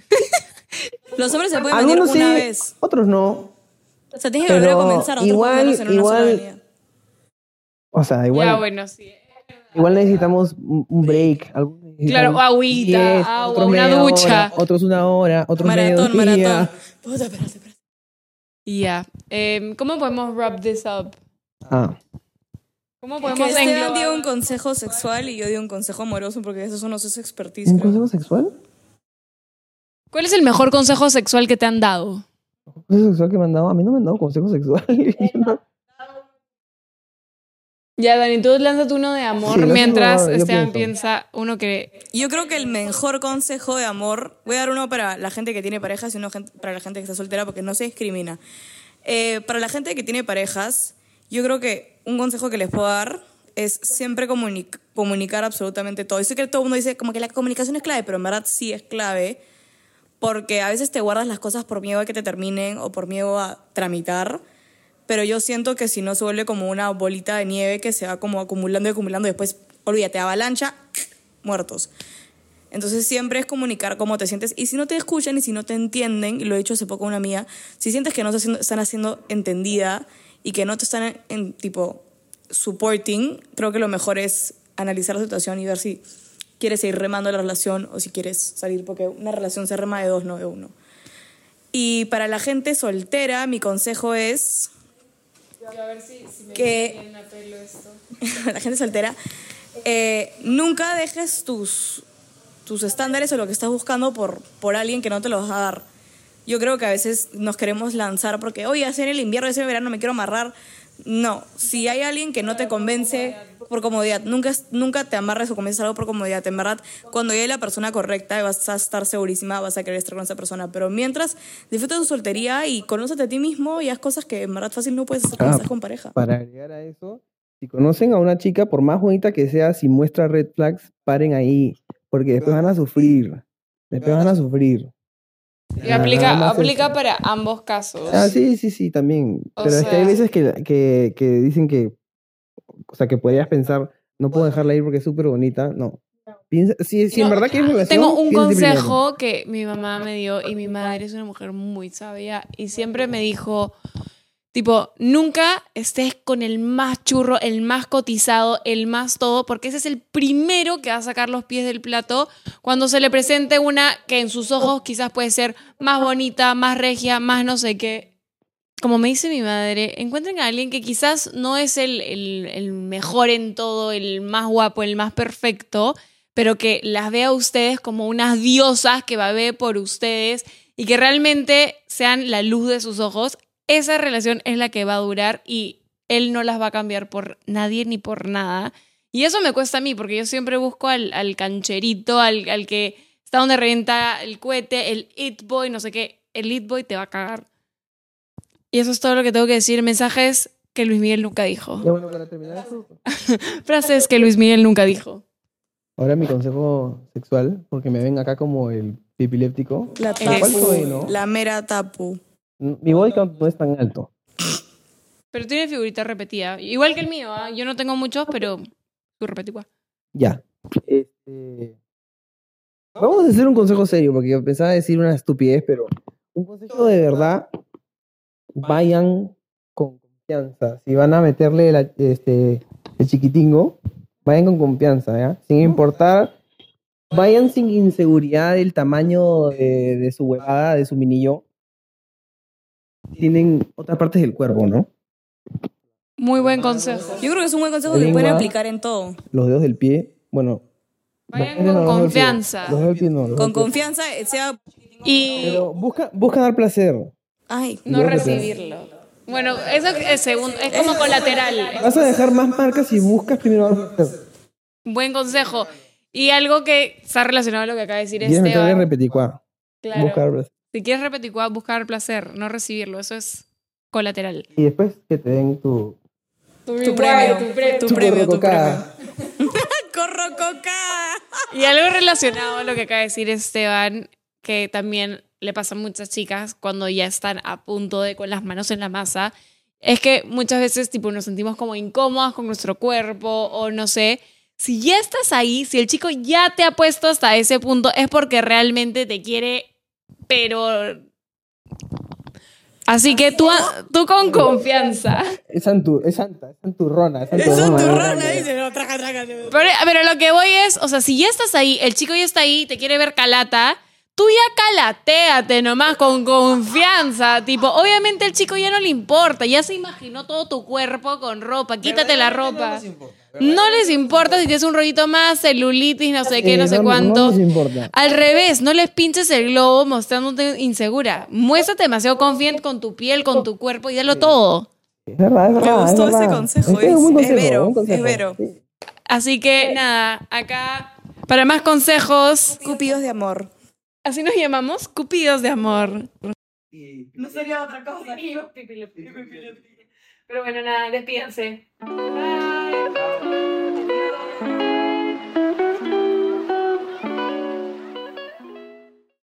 Los hombres se pueden venir algunos sí, una vez. otros no. O sea, tienes que volver a Pero comenzar. Nosotros igual- podemos en una sola igual- venida. O sea, igual, Ya, bueno, sí. igual necesitamos un un break. algunos necesitan Claro, agüita, diez, agua, otros una media ducha. hora, otros una hora, otros Maratón, medio día. maratón. Puta, espérate, espérate. Y ya. Em, ¿Cómo podemos wrap this up? Ah, ¿Cómo Que podemos Esteban englobar? dio un consejo sexual y yo di un consejo amoroso porque eso no es expertise. ¿un creo. consejo sexual? ¿Cuál es el mejor consejo sexual que te han dado? ¿Consejo sexual que me han dado? A mí no me han dado consejo sexual. Yo no- Ya, Dani, tú lánzate uno de amor Sí, lánzame mientras uno, yo Esteban pienso. piensa uno que... Yo creo que el mejor consejo de amor, voy a dar uno para la gente que tiene parejas y uno gen- para la gente que está soltera porque no se discrimina. Eh, para la gente que tiene parejas, yo creo que un consejo que les puedo dar es siempre comuni- comunicar absolutamente todo. Yo sé que todo el mundo dice como que la comunicación es clave, pero en verdad sí es clave porque a veces te guardas las cosas por miedo a que te terminen o por miedo a tramitar. Pero yo siento que si no se vuelve como una bolita de nieve que se va como acumulando y acumulando y después, olvídate, avalancha, muertos. Entonces siempre es comunicar cómo te sientes. Y si no te escuchan y si no te entienden, y lo he dicho hace poco a una amiga, si sientes que no te haciendo- están haciendo entendida y que no te están en, en, tipo supporting, creo que lo mejor es analizar la situación y ver si quieres seguir remando la relación o si quieres salir, porque una relación se rema de dos, no de uno. Y para la gente soltera, mi consejo es A ver si, si me Que- viene a pelo esto. la gente soltera, eh, nunca dejes tus, tus estándares o lo que estás buscando por, por alguien que no te los va a dar. Yo creo que a veces nos queremos lanzar porque, oye, hacer el invierno, hacer el verano, me quiero amarrar. No, si hay alguien que no te convence por comodidad, nunca, nunca te amarres o convences algo por comodidad. En verdad, cuando llegue la persona correcta vas a estar segurísima, vas a querer estar con esa persona. Pero mientras, disfruta tu soltería y conócete a ti mismo y haz cosas que en verdad fácil no puedes hacer cuando Ah, estás con pareja. Para agregar a eso, si conocen a una chica, por más bonita que sea, si muestra red flags, paren ahí, porque después van a sufrir. Después van a sufrir. Y Ah, aplica, nada más aplica eso. para ambos casos. Ah, sí, sí, sí, también. O Pero es que hay sea- veces que, que, que dicen que, o sea, que podrías pensar, no puedo dejarla ir porque es súper bonita. No. Piensa, si, si en No, verdad quieres relación, tengo un piénsate primero. consejo que mi mamá me dio y mi madre es una mujer muy sabia y siempre me dijo, tipo, nunca estés con el más churro, el más cotizado, el más todo, porque ese es el primero que va a sacar los pies del plato cuando se le presente una que en sus ojos quizás puede ser más bonita, más regia, más no sé qué. Como me dice mi madre, encuentren a alguien que quizás no es el, el, el mejor en todo, el más guapo, el más perfecto, pero que las vea a ustedes como unas diosas que va a ver por ustedes y que realmente sean la luz de sus ojos. Esa relación es la que va a durar y él no las va a cambiar por nadie ni por nada. Y eso me cuesta a mí, porque yo siempre busco al, al cancherito, al, al que está donde revienta el cohete, el it boy, no sé qué. El it boy te va a cagar. Y eso es todo lo que tengo que decir. Mensajes que Luis Miguel nunca dijo. Ya bueno, para terminar esto, Frases que Luis Miguel nunca dijo. ahora mi consejo sexual, porque me ven acá como el epiléptico. La ¿Cuál tapu, soy, no? la mera tapu. Mi body count no es tan alto. Pero tiene figurita repetida. Igual que el mío, ¿ah? Yo no tengo muchos, pero tú repetí igual. Ya. Este... Vamos a hacer un consejo serio, porque yo pensaba decir una estupidez, pero un consejo de verdad, vayan con confianza. Si van a meterle la- este, el chiquitingo, vayan con confianza, ¿ya? Sin importar, vayan sin inseguridad del tamaño de, de su huevada, de su minillo. Tienen otras partes del cuerpo, ¿no? Muy buen consejo. Yo creo que es un buen consejo La que pueden lengua. aplicar en todo. Los dedos del pie, bueno. Vayan no, con los dedos del pie. confianza. Los dedos del pie no. los dedos Con del pie. confianza, sea... Y Pero busca, busca dar placer. Ay, no Luego te- recibirlo. Bueno, eso es, segundo, es como colateral. Vas a dejar más marcas si buscas primero dar placer. Buen consejo. Y algo que está relacionado a lo que acaba de decir Quieres meterle Esteban. repeticuá. Claro. Buscar placer. Si quieres repetir, buscar placer, no recibirlo. Eso es colateral. Y después que te den tu... Tu, Tu premio. tu pre- tu Tu pre- premio, tu Corrococada. corro coca. Y algo relacionado a lo que acaba de decir Esteban, que también le pasa a muchas chicas cuando ya están a punto de con las manos en la masa, es que muchas veces tipo, nos sentimos como incómodas con nuestro cuerpo o no sé. Si ya estás ahí, si el chico ya te ha puesto hasta ese punto, es porque realmente te quiere, pero... Así que tú, tú con confianza. Es, santu, es santa, es santurrona. Es Es santurrona. un turrón, dice. No, traja, traja. Pero, pero lo que voy es, o sea, si ya estás ahí, el chico ya está ahí, te quiere ver calata, tú ya calatéate nomás con confianza. Tipo, obviamente el chico ya no le importa, ya se imaginó todo tu cuerpo con ropa, quítate la ropa. No les importa si tienes un rollito más, celulitis, no sé qué, Eh, no sé no- cuánto. No les importa. Al revés, no les pinches el globo mostrándote insegura. Muéstrate demasiado confiante con tu piel, con tu cuerpo y dalo todo. Es verdad, es Me verdad. gustó es ese verdad. consejo, Este es- un buen es consejo, vero, un consejo. es vero. Sí. Así que nada, acá para más consejos, Cupidos de amor. así nos llamamos, Cupidos de amor. No sería otra cosa. Pero bueno, nada, despídense. Bye.